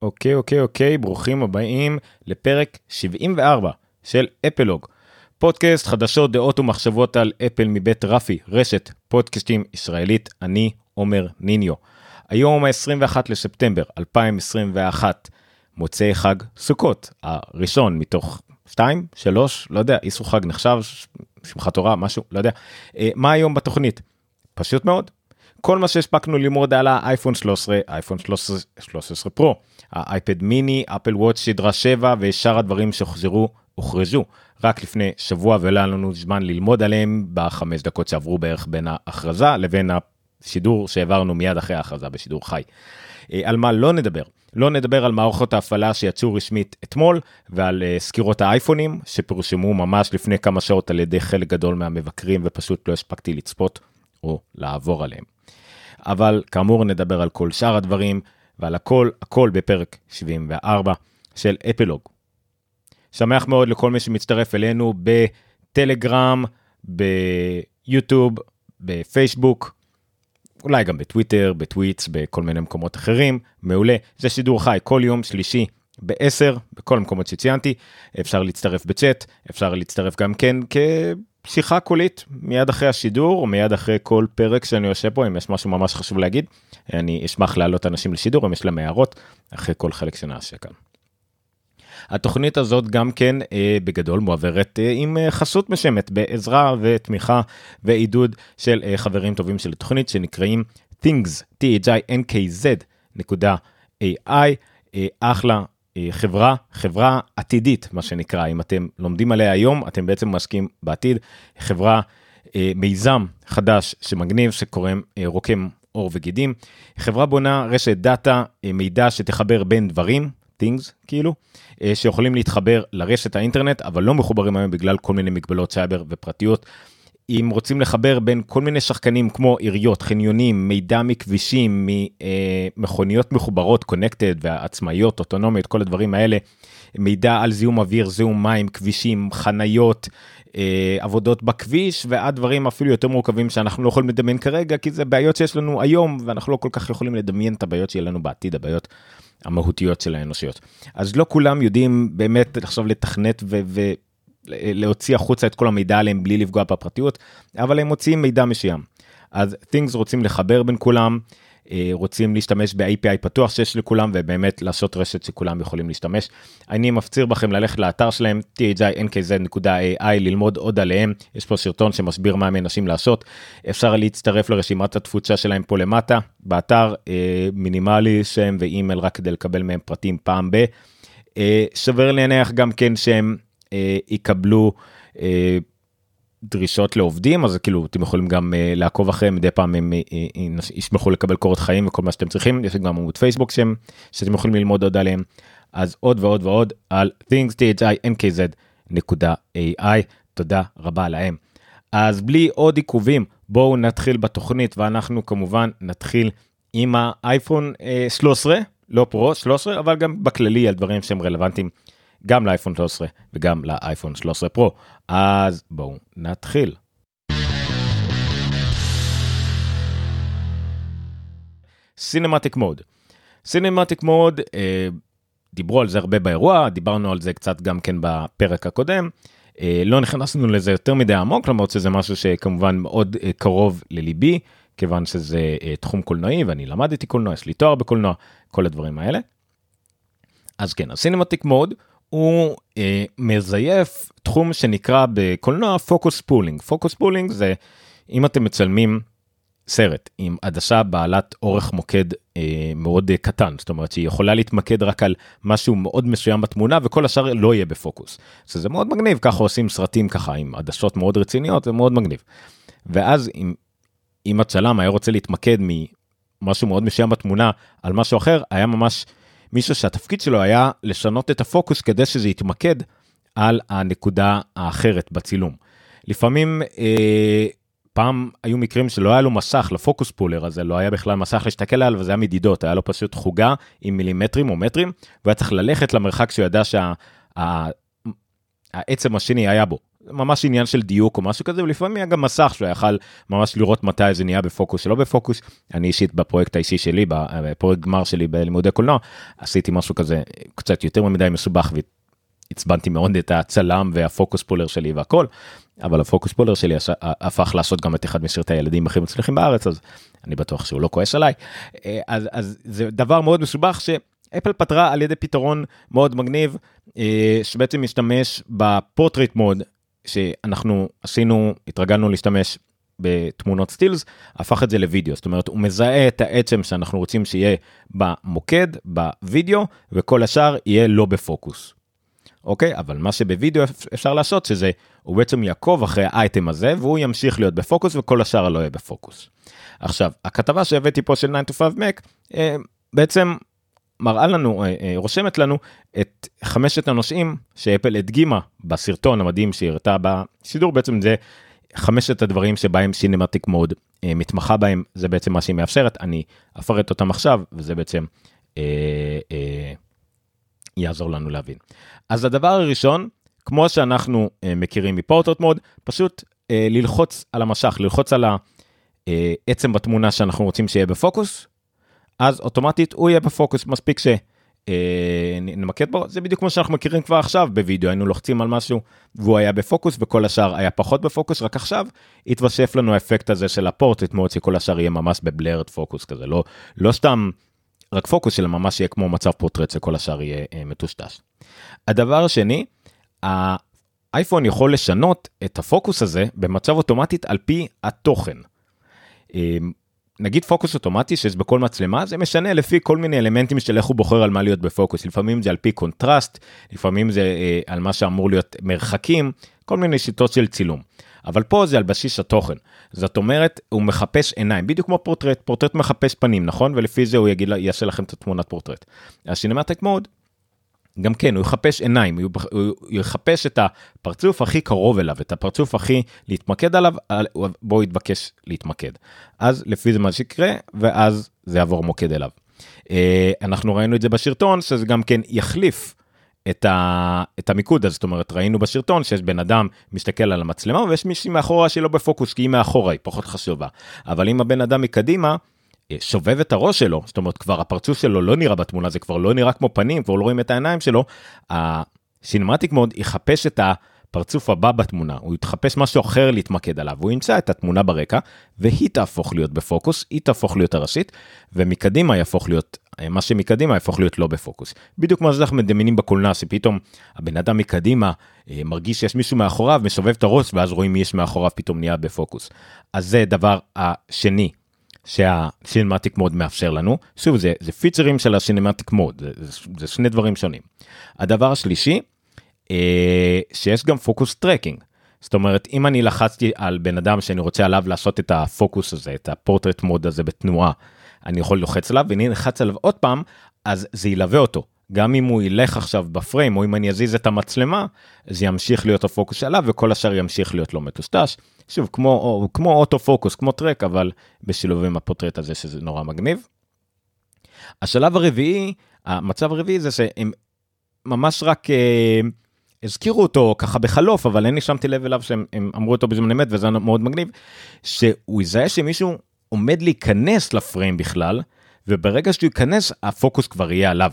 אוקיי, ברוכים הבאים לפרק 74 של אפלוג. פודקאסט חדשות, דעות ומחשבות על אפל מבית רפי, רשת פודקאסטים ישראלית. אני עומר ניניו. היום ה-21 לספטמבר 2021, מוצאי חג סוכות, הראשון מתוך 2, 3, לא יודע, איסור חג נחשב, שמחת תורה, משהו, לא יודע. מה היום בתוכנית? פשוט מאוד. כל מה שהספקנו ללמוד על האייפון 13, אייפון 13 פרו, האייפד מיני, אפל וואץ' סדרה 7 ושאר הדברים שהוכרזו רק לפני שבוע, ולא לנו זמן ללמוד עליהם ב5 דקות שעברו בערך בין ההכרזה לבין השידור שהעברנו מיד אחרי ההכרזה בשידור חי. על מה לא נדבר? לא נדבר על מערכות ההפעלה שיצאו רשמית אתמול, ועל סקירות האייפונים שפורשמו ממש לפני כמה שעות על ידי חלק גדול מהמבקרים, ופשוט לא הספקתי לצפות או לעבור עליהם. אבל כאמור נדבר על כל שאר הדברים, ועל הכל בפרק 74 של אפלוג. שמח מאוד לכל מי שמצטרף אלינו בטלגרם, ביוטיוב, בפייסבוק, אולי גם בטוויטר, בטוויטס, בכל מיני מקומות אחרים. מעולה, זה שידור חי כל יום שלישי ב-10, בכל המקומות שציינתי. אפשר להצטרף בצ'אט, אפשר להצטרף גם כן שיחה קולית מיד אחרי השידור, או מיד אחרי כל פרק שאני יושב פה, אם יש משהו ממש חשוב להגיד, אני אשמח להעלות אנשים לשידור, אם יש להם הערות, אחרי כל חלק שנעשה כאן. התוכנית הזאת גם כן בגדול מועברת עם חסות משמת, בעזרה ותמיכה ועידוד של חברים טובים של התוכנית, שנקראים things, thingz.ai, אחלה חברה עתידית, מה שנקרא. אם אתם לומדים עליה היום, אתם בעצם משקיעים בעתיד. חברה, מיזם חדש שמגניב, שקוראים רוקם אור וגידים. חברה בונה רשת דאטה, מידע שתחבר בין דברים, things כאילו, שיכולים להתחבר לרשת האינטרנט, אבל לא מחוברים היום בגלל כל מיני מגבלות סייבר ופרטיות. אם רוצים לחבר בין כל מיני שחקנים כמו עיריות, חניונים, מידע מכבישים, מכוניות מחוברות, קונקטד ועצמאיות, אוטונומיות, כל הדברים האלה, מידע על זיהום אוויר, זיהום מים, כבישים, חניות, עבודות בכביש, ועד דברים אפילו יותר מורכבים שאנחנו לא יכולים לדמיין כרגע, כי זה בעיות שיש לנו היום, ואנחנו לא כל כך יכולים לדמיין את הבעיות שיהיה לנו בעתיד, הבעיות המהותיות של האנושיות. אז לא כולם יודעים באמת עכשיו לתכנת להוציא החוצה את כל המידע עליהם בלי לפגוע בפרטיות, אבל הם מוציאים מידע משיים. אז things רוצים לחבר בין כולם, רוצים להשתמש ב-API פתוח שיש לכולם, ובאמת לעשות רשת שכולם יכולים להשתמש. אני מפציר בכם ללכת לאתר שלהם, thinkz.ai, ללמוד עוד עליהם. יש פה סרטון שמסביר מה הם מנסים לעשות. אפשר להצטרף לרשימת התפוצה שלהם פה למטה, באתר מינימלי, שם ואימייל רק כדי לקבל מהם פרטים פעם שווה להניח גם כן שהם יקבלו דרישות לעובדים, אז כאילו אתם יכולים גם לעקוב אחריהם, מדי פעם הם ישמחו לקבל קורות חיים וכל מה שאתם צריכים. יש גם עמוד פייסבוק שאתם יכולים ללמוד עוד עליהם. אז עוד ועוד ועוד על things.thinkz.ai. תודה רבה להם. אז בלי עוד עיכובים, בואו נתחיל בתוכנית, ואנחנו כמובן נתחיל עם האייפון 13, לא פרו 13, אבל גם בכללי על דברים שהם רלוונטיים גם לאייפון 13 וגם לאייפון 13 פרו. אז בואו נתחיל. סינמטיק מוד. סינמטיק מוד, דיברו על זה הרבה באירוע, דיברנו על זה קצת גם כן בפרק הקודם, לא נכנסנו לזה יותר מדי עמוק, למרות שזה משהו שכמובן מאוד קרוב לליבי, כיוון שזה תחום קולנועי, ואני למדתי קולנוע, יש לי תואר בקולנוע, כל הדברים האלה. אז כן, הסינמטיק מוד, הוא מזייף תחום שנקרא בקולנוע פוקוס פולינג. פוקוס פולינג זה אם אתם מצלמים סרט עם עדשה בעלת אורך מוקד מאוד קטן, זאת אומרת שהיא יכולה להתמקד רק על משהו מאוד מסוים בתמונה, וכל השאר לא יהיה בפוקוס. זה מאוד מגניב, ככה עושים סרטים ככה עם עדשות מאוד רציניות, זה מאוד מגניב. ואז אם הצלם היה רוצה להתמקד ממשהו מאוד מסוים בתמונה על משהו אחר, היה ממש מישהו שהתפקיד שלו היה לשנות את הפוקוס כדי שזה יתמקד על הנקודה האחרת בצילום. לפעמים פעם היו מקרים שלא היה לו מסך לפוקוס פולר, אז לא היה בכלל מסך להסתכל עליו, וזה היה מדידות, היה לו פשוט חוגה עם מילימטרים או מטרים, והוא היה צריך ללכת למרחק שהוא ידע שהעצם השני היה בו. ממש עניין של דיוק או משהו כזה, ולפעמים היה גם מסך שהוא יכל ממש לראות מתי זה נהיה בפוקוס שלא בפוקוס. אני אישית בפרויקט האישי שלי, בפרויקט גמר שלי בלימודי קולנוע, עשיתי משהו כזה קצת יותר מדי מסובך, והצבנתי מאוד את הצלם והפוקוס פולר שלי והכל, אבל הפוקוס פולר שלי הפך לעשות גם את אחד מסרטי הילדים הכי מצליחים בארץ, אז אני בטוח שהוא לא כועס עליי. אז זה דבר מאוד מסובך שאפל פתרה על ידי פתרון מאוד מגניב, שבעצם משתמש בפורטרייט מוד, שאנחנו עשינו, התרגלנו להשתמש בתמונות סטילס, הפך את זה לוידאו, זאת אומרת, הוא מזהה את העצם שאנחנו רוצים שיהיה במוקד, בוידאו, וכל השאר יהיה לא בפוקוס. אוקיי? אבל מה שבוידאו אפשר לעשות, שזה, הוא בעצם יעקוב אחרי האייטם הזה, והוא ימשיך להיות בפוקוס, וכל השאר לא יהיה בפוקוס. עכשיו, הכתבה שהבאתי פה של 9 to 5 Mac, בעצם מראה לנו, רושמת לנו את 5 הנושאים שאפל הדגימה בסרטון המדהים שהיא הראתה בשידור, בעצם זה 5 הדברים שבהם סינמטיק מוד מתמחה בהם, זה בעצם מה שהיא מאפשרת, אני אפרט אותם עכשיו, וזה בעצם יעזור לנו להבין. אז הדבר הראשון, כמו שאנחנו מכירים מפורטרייט מוד, פשוט ללחוץ על המשך, ללחוץ על העצם בתמונה שאנחנו רוצים שיהיה בפוקוס, אז אוטומטית הוא יהיה בפוקוס, מספיק שנמקד בו, זה בדיוק כמו שאנחנו מכירים כבר עכשיו בווידאו, היינו לוחצים על משהו והוא היה בפוקוס וכל השאר היה פחות בפוקוס, רק עכשיו התווסף לנו האפקט הזה של הפורטרייט מוד, שכל השאר יהיה ממש בבלרד פוקוס כזה, לא סתם רק פוקוס, אלא ממש יהיה כמו מצב פורטרייט, שכל השאר יהיה מטושטש. הדבר השני, האייפון יכול לשנות את הפוקוס הזה במצב אוטומטית על פי התוכן. נגיד פוקוס אוטומטי שיש בכל מצלמה, זה משנה לפי כל מיני אלמנטים של איך הוא בוחר על מה להיות בפוקוס. לפעמים זה על פי קונטרסט, לפעמים זה על מה שאמור להיות מרחקים, כל מיני שיטות של צילום. אבל פה זה על בסיס התוכן. זאת אומרת, הוא מחפש עיניים, בדיוק כמו פורטרייט, פורטרייט מחפש פנים, נכון? ולפי זה הוא יעשה לכם את התמונת פורטרייט. הסינמטיק מוד, גם כן, הוא יחפש עיניים, הוא יחפש את הפרצוף הכי קרוב אליו, את הפרצוף הכי להתמקד עליו, בו הוא יתבקש להתמקד. אז לפי זה מה שיקרה, ואז זה יעבור מוקד אליו. אנחנו ראינו את זה בשרטון, שזה גם כן יחליף את המיקוד, אז זאת אומרת, ראינו בשרטון שיש בן אדם מסתכל על המצלמה, ויש מישהי מאחורה שהיא לא בפוקוס, כי היא מאחורה, היא פחות חשובה. אבל אם הבן אדם מקדימה, שובב את הראש שלו, זאת אומרת, כבר הפרצוף שלו לא נראה בתמונה, זה כבר לא נראה כמו פנים, כבר לא רואים את העיניים שלו, הסינמטיק מוד יחפש את הפרצוף הבא בתמונה, הוא יתחפש משהו אחר להתמקד עליו, הוא ימצא את התמונה ברקע, והיא תהפוך להיות בפוקוס, היא תהפוך להיות הראשית, ומקדימה יהפוך להיות, מה שמקדימה יהפוך להיות לא בפוקוס. בדיוק כמו שאנחנו מדמיינים בקולנוע, שפתאום הבן אדם מקדימה מרגיש שיש מישהו מאחוריו, משובב את הראש, ואז רואים מי יש מאחוריו, פתאום נהיה בפוקוס. אז זה דבר השני, שהסינמטיק מוד מאפשר לנו. שוב, זה פיצ'רים של הסינמטיק מוד, זה שני דברים שונים. הדבר השלישי, שיש גם פוקוס טרקינג. זאת אומרת, אם אני לחצתי על בן אדם שאני רוצה עליו לעשות את הפוקוס הזה, את הפורטרייט מוד הזה בתנועה, אני יכול לוחץ עליו, ואני לחץ עליו עוד פעם, אז זה ילווה אותו. גם אם הוא ילך עכשיו בפריים, או אם אני אזיז את המצלמה, זה ימשיך להיות הפוקוס עליו, וכל השאר ימשיך להיות לא מטושטש. שוב, כמו אוטו פוקוס, כמו טרק, אבל בשילוב עם הפורטרייט הזה, שזה נורא מגניב. השלב הרביעי, המצב הרביעי זה שהם ממש רק הזכירו אותו ככה בחלוף, אבל אין לי שמתי לב אליו שהם אמרו אותו בזמן אמת, וזה מאוד מגניב, שהוא יזהה שמישהו עומד להיכנס לפריים בכלל, וברגע שהוא ייכנס, הפוקוס כבר יהיה עליו.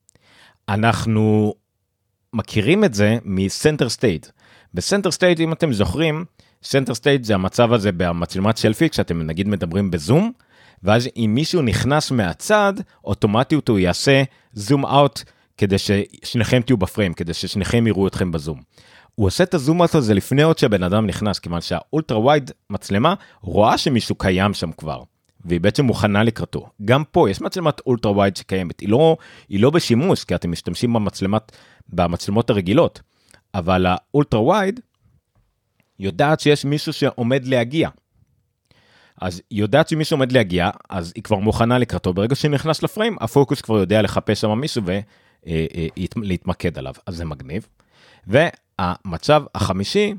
אנחנו מכירים את זה מסנטר סטייט. בסנטר סטייט, אם אתם זוכרים, סנטר סטייט זה המצב הזה במצלמת שלפי, כשאתם נגיד מדברים בזום, ואז אם מישהו נכנס מהצד, אוטומטית הוא יעשה זום אאוט, כדי ששניכם תהיו בפריים, כדי ששניכם יראו אתכם בזום. הוא עושה את הזום אאוט הזה לפני עוד שהבן אדם נכנס, כיוון שהאולטרה ווייד מצלמה רואה שמישהו קיים שם כבר, והיא בעצם מוכנה לקראתו. גם פה יש מצלמת אולטרה ווייד שקיימת, היא לא בשימוש, כי אתם משתמשים במצלמות הרגילות, אבל האולטרה ווייד יודעת שיש מישהו שעומד להגיע. אז יודעת שמישהו עומד להגיע, אז היא כבר מוכנה לקראתו. ברגע שנכנס לפריים, הפוקוס כבר יודע לחפש שם מישהו ולהתמקד עליו. אז זה מגניב. והמצב החמישי,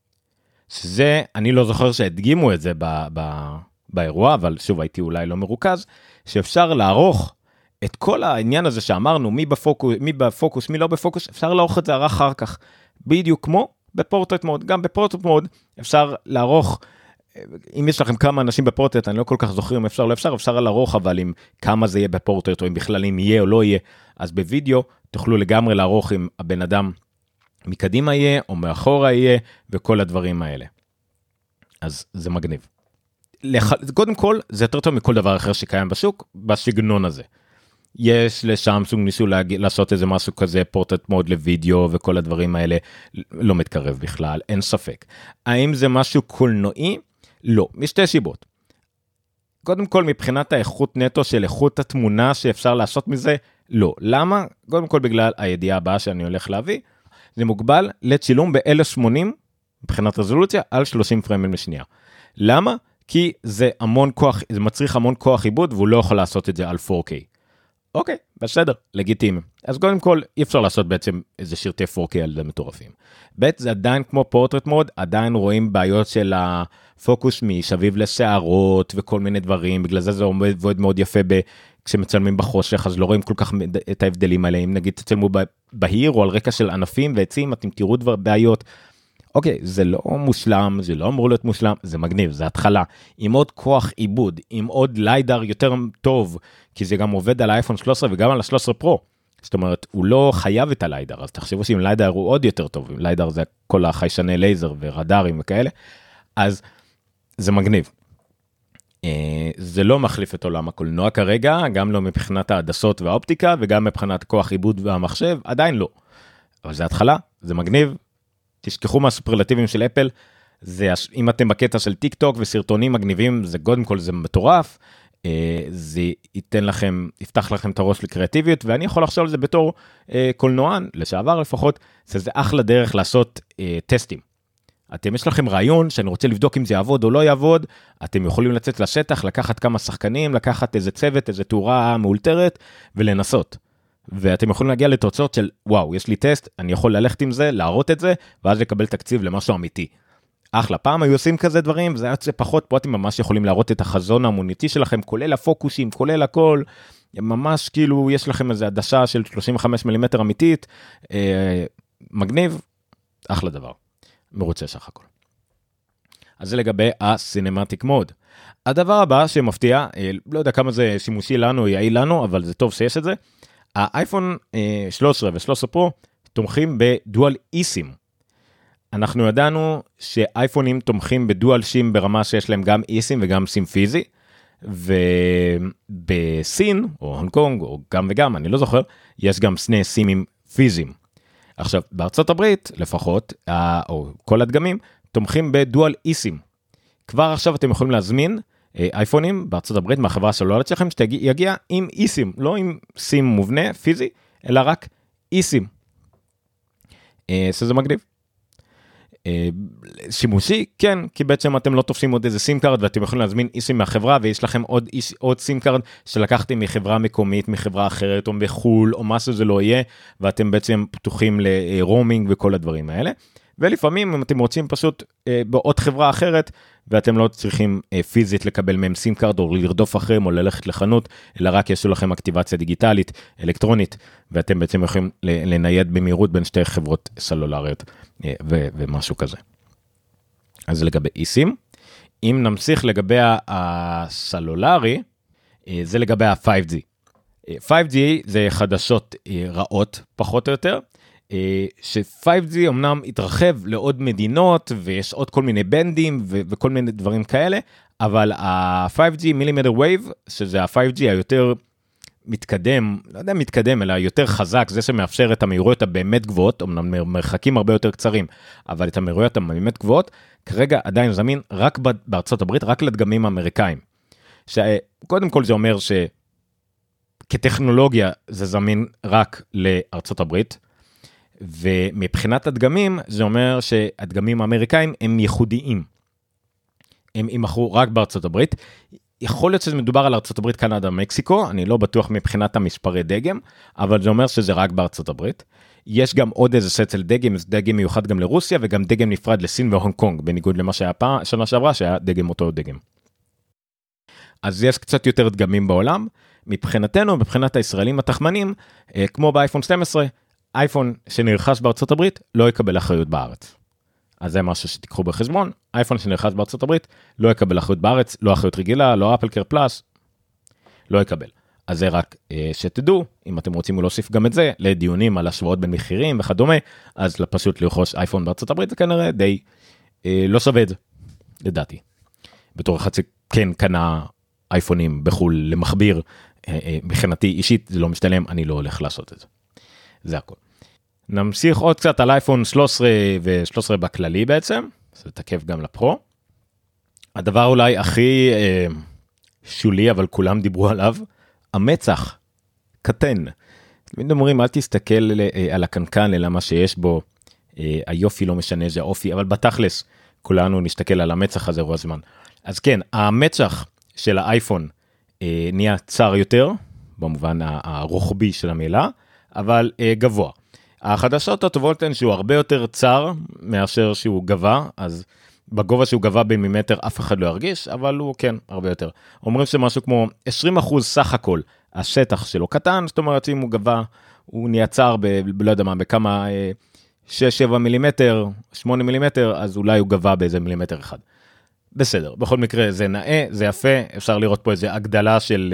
שזה, אני לא זוכר שהדגימו את זה באירוע, אבל שוב הייתי אולי לא מרוכז, שאפשר לערוך את כל העניין הזה שאמרנו, מי בפוקוס, מי לא בפוקוס, אפשר לערוך את זה אחר כך, בדיוק כמו בפורטרט מוד, גם בפורטרט מוד אפשר לערוך, אם יש לכם כמה אנשים בפורטרט, אני לא כל כך זוכר אם אפשר או לא אפשר לערוך, אבל אם כמה זה יהיה בפורטרט, או אם בכלל אם יהיה או לא יהיה, אז בווידאו תוכלו לגמרי לערוך אם הבן אדם מקדימה יהיה, או מאחורה יהיה, וכל הדברים האלה. אז זה מגניב. קודם כל, זה יותר טוב מכל דבר אחר שקיים בשוק, בסגנון הזה. יש לשמסונג ניסו לעשות איזה משהו כזה, פורטרט מוד לוידאו וכל הדברים האלה, לא מתקרב בכלל, אין ספק. האם זה משהו קולנועי? לא, משתי סיבות. קודם כל, מבחינת האיכות נטו של איכות התמונה שאפשר לעשות מזה, לא. למה? קודם כל בגלל הידיעה הבאה שאני הולך להביא, זה מוגבל לצילום ב-1080, מבחינת רזולוציה, על 30 פריימים לשנייה. למה? כי זה המון כוח, זה מצריך המון כוח עיבוד, והוא לא יכול לעשות את זה על 4K. אוקיי, בסדר, לגיטימי. אז קודם כל, אי אפשר לעשות בעצם איזה שרטי 4K על זה מטורפים. ב' זה עדיין כמו פורטרט מוד, עדיין רואים בעיות של הפוקוס משביב לשערות וכל מיני דברים, בגלל זה עובד מאוד יפה כשמצלמים בחושך, אז לא רואים כל כך את ההבדלים האלה. אם נגיד תצלמו בהיר או על רקע של ענפים ועצים, אתם תראו בעיות. אוקיי, זה לא מושלם, זה לא אמור להיות מושלם, זה מגניב, זה התחלה. עם עוד כוח עיבוד, עם עוד ליידר יותר טוב, כי זה גם עובד על האייפון 13 וגם על ה-13 פרו. זאת אומרת, הוא לא חייב את הליידר, אז תחשבו שאם ליידר הוא עוד יותר טוב, ליידר זה כל החיישני לייזר ורדארים וכאלה, אז זה מגניב. זה לא מחליף את עולם הקולנוע כרגע, גם לא מבחינת ההדסות והאופטיקה, וגם מבחינת כוח עיבוד והמחשב, עדיין לא. אבל זה התחלה, זה מגניב, תשכחו מהסופרלטיבים של אפל, אם אתם בקטע של טיק טוק וסרטונים מגניבים, זה קודם כל זה מטורף, זה ייתן לכם, יפתח לכם את הראש לקריאטיביות, ואני יכול לחשוב על זה בתור קולנוען, לשעבר לפחות, זה אחלה דרך לעשות טסטים. יש לכם רעיון שאני רוצה לבדוק אם זה יעבוד או לא יעבוד, אתם יכולים לצאת לשטח, לקחת כמה שחקנים, לקחת איזה צוות, איזה תאורה מאולתרת, ולנסות. ואתם יכולים להגיע לתוצאות של, וואו, יש לי טסט, אני יכול ללכת עם זה, להראות את זה, ואז לקבל תקציב למשהו אמיתי. אחלה, פעם היו עושים כזה דברים, וזה היה פחות, פה אתם ממש יכולים להראות את החזון האמוניטי שלכם, כולל הפוקוסים, כולל הכל, ממש כאילו יש לכם איזו עדשה של 35 מילימטר אמיתית, מגניב, אחלה דבר, מרוצה סך הכל. אז זה לגבי הסינמטיק מוד. הדבר הבא שמפתיע, לא יודע כמה זה שימושי לנו, יעיל לנו, אבל זה טוב שיש את זה, האייפון 13 ו-13 פרו תומכים בדואל איסים. אנחנו ידענו שאייפונים תומכים בדואל שים ברמה שיש להם גם איסים וגם סים פיזי, ובסין או הונג קונג או גם וגם, אני לא זוכר, יש גם שני סימים פיזיים. עכשיו, בארצות הברית לפחות, או כל הדגמים, תומכים בדואל איסים. כבר עכשיו אתם יכולים להזמין אייפונים בארצות הברית מהחברה הסלולרית שלכם, שתגיע עם איסים, לא עם סים מובנה פיזי, אלא רק איסים. שזה מגניב. שימושי, כן, כי בעצם אתם לא תופסים עוד איזה סים קארד, ואתם יכולים להזמין איסים מהחברה, ויש לכם עוד סים קארד שלקחתם מחברה מקומית, מחברה אחרת, או בחול, או מה שזה לא יהיה, ואתם בעצם פתוחים לרומינג וכל הדברים האלה. ולפעמים אם אתם רוצים פשוט בעוד חברה אחרת, ואתם לא צריכים פיזית לקבל מהם סים קארד, או לרדוף אחריהם, או ללכת לחנות, אלא רק יש לכם אקטיבציה דיגיטלית, אלקטרונית, ואתם בעצם יכולים לנייד במהירות בין שתי חברות סלולריות, ומשהו כזה. אז זה לגבי איסים. אם נמשיך לגבי הסלולרי, זה לגבי ה-5G. 5G זה חדשות רעות, פחות או יותר, ש-5G אמנם התרחב לעוד מדינות, ויש עוד כל מיני בנדים, וכל מיני דברים כאלה, אבל ה-5G מילימטר וייב, שזה ה-5G היותר מתקדם, לא יודע מתקדם, אלא יותר חזק, זה שמאפשר את המהירויות הבאמת גבוהות, אמנם מרחקים הרבה יותר קצרים, אבל את המהירויות הבאמת גבוהות, כרגע עדיין זמין רק בארצות הברית, רק לדגמים האמריקאים. שקודם כל זה אומר שכטכנולוגיה זה זמין רק לארצות הברית, ומבחינת הדגמים, זה אומר שהדגמים האמריקאים הם ייחודיים. הם ימכרו רק בארצות הברית. יכול להיות שזה מדובר על ארצות הברית, קנדה, מקסיקו, אני לא בטוח מבחינת המספרי דגם, אבל זה אומר שזה רק בארצות הברית. יש גם עוד איזה סט של דגם, זה דגם מיוחד גם לרוסיה, וגם דגם נפרד לסין והונג קונג, בניגוד למה שהיה שנה שעברה, שהיה דגם אותו דגם. אז יש קצת יותר דגמים בעולם. מבחינתנו, מבחינת הישראלים התחמנים, כמו באייפון 12, אייפון שנרכש בארצות הברית לא יקבל אחריות בארץ. אז זה משהו שתיקחו בחשבון. אייפון שנרכש בארצות הברית לא יקבל אחריות בארץ, לא אחריות רגילה, לא אפל קר פלאס, לא יקבל. אז זה רק שתדעו, אם אתם רוצים להוסיף גם את זה, לדיונים על השוואות בין מחירים וכדומה, אז פשוט לרכוש אייפון בארצות הברית, זה כנראה די לא שווה את זה, לדעתי. בתור אחד שכן קנה אייפונים בחול למחביר, מבחינתי אישית זה לא משתלם, אני לא הולך לעשות את זה. זה הכל. נמשיך עוד קצת על אייפון 13 ו-13 בכללי בעצם, זה תקף גם לפרו. הדבר אולי הכי שולי, אבל כולם דיברו עליו, המצח, קטן. תמיד אומרים, אל תסתכל על הקנקן, אלא מה שיש בו, היופי לא משנה, זה האופי, אבל בתכלס, כולנו נסתכל על המצח הזה רוב הזמן. אז כן, המצח של האייפון נהיה צר יותר, במובן הרוחבי של המילה, אבל גבוה. החדשות הטובות הן שהוא הרבה יותר צר מאשר שהוא גבוה, אז בגובה שהוא גבוה במילימטר אף אחד לא ירגיש, אבל הוא כן הרבה יותר. אומרים שמשהו כמו 20% סך הכל, השטח שלו קטן, זאת אומרת אם הוא גבוה, הוא נהיה צר לא יודע מה, בכמה 6-7 מילימטר, 8 מילימטר, אז אולי הוא גבוה באיזה מילימטר אחד. בסדר, בכל מקרה זה נאה, זה יפה, אפשר לראות פה איזה הגדלה של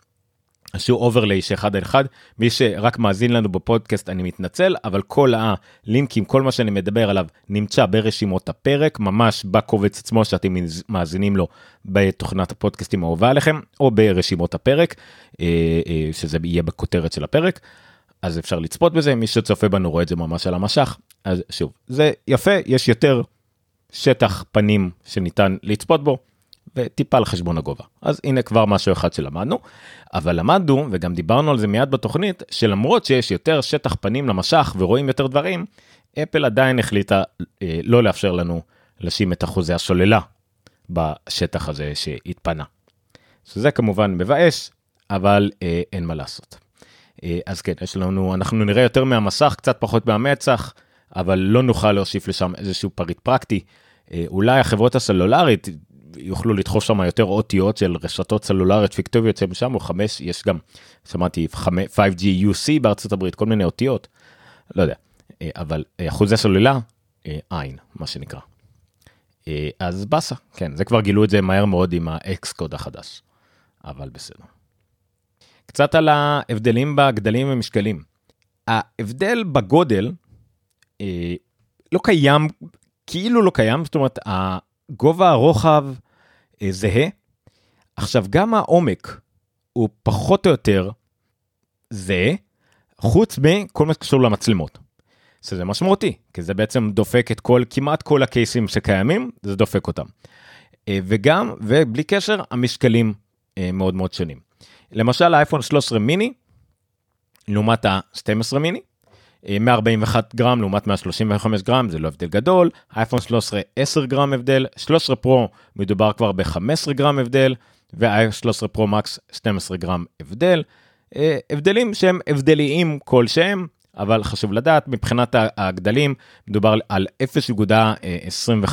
שהוא אוברלי שאחד על אחד, מי שרק מאזין לנו בפודקאסט אני מתנצל, אבל כל הלינקים, כל מה שאני מדבר עליו נמצא ברשימות הפרק, ממש בקובץ עצמו שאתם מאזינים לו בתוכנת הפודקאסטים האהובה עליכם, או ברשימות הפרק, שזה יהיה בכותרת של הפרק, אז אפשר לצפות בזה, מי שצופה בנו רואה את זה ממש על המשך, אז שוב, זה יפה, יש יותר שטח פנים שניתן לצפות בו, וטיפה על חשבון הגובה. אז הנה כבר משהו אחד שלמדנו, אבל למדנו, וגם דיברנו על זה מיד בתוכנית, שלמרות שיש יותר שטח פנים למשך ורואים יותר דברים, אפל עדיין החליטה לא לאפשר לנו לשים את אחוזי השוללה בשטח הזה שהתפנה. שזה כמובן מבאס, אבל אין מה לעשות. אז כן, יש לנו, אנחנו נראה יותר מהמסך, קצת פחות מהמצח, אבל לא נוכל להוסיף לשם איזשהו פריט פרקטי. אולי החברות הסלולרית יוכלו לדחוף שם יותר אותיות של רשתות סלולריות פיקטיביות שם, או 5, יש גם, שמעתי, 5G UC בארצות הברית, כל מיני אותיות, לא יודע, אבל אחוזי סוללה, אין, מה שנקרא. אז בסה, כן, זה כבר גילו את זה מהר מאוד עם ה-X קוד החדש, אבל בסדר. קצת על ההבדלים בגדלים ומשקלים. ההבדל בגודל לא קיים, כאילו לא קיים, זאת אומרת, הגובה הרוחב זהה. עכשיו, גם העומק הוא פחות או יותר זהה, חוץ מכל מה שקשור למצלמות. זה משמעותי, כי זה בעצם דופק את כמעט כל הקייסים שקיימים, זה דופק אותם. וגם, ובלי קשר, המשקלים מאוד מאוד שונים. למשל, האייפון 13 מיני, לעומת ה-12 מיני, 141 גרם לעומת 135 גרם, זה לא הבדל גדול. האייפון 13, 10 גרם הבדל, 13 פרו מדובר כבר ב-15 גרם הבדל, והאייפון 13 פרו מקס 12 גרם הבדל. הבדלים שהם הבדליים כלשהם, אבל חשוב לדעת, מבחינת הגדלים, מדובר על 0.25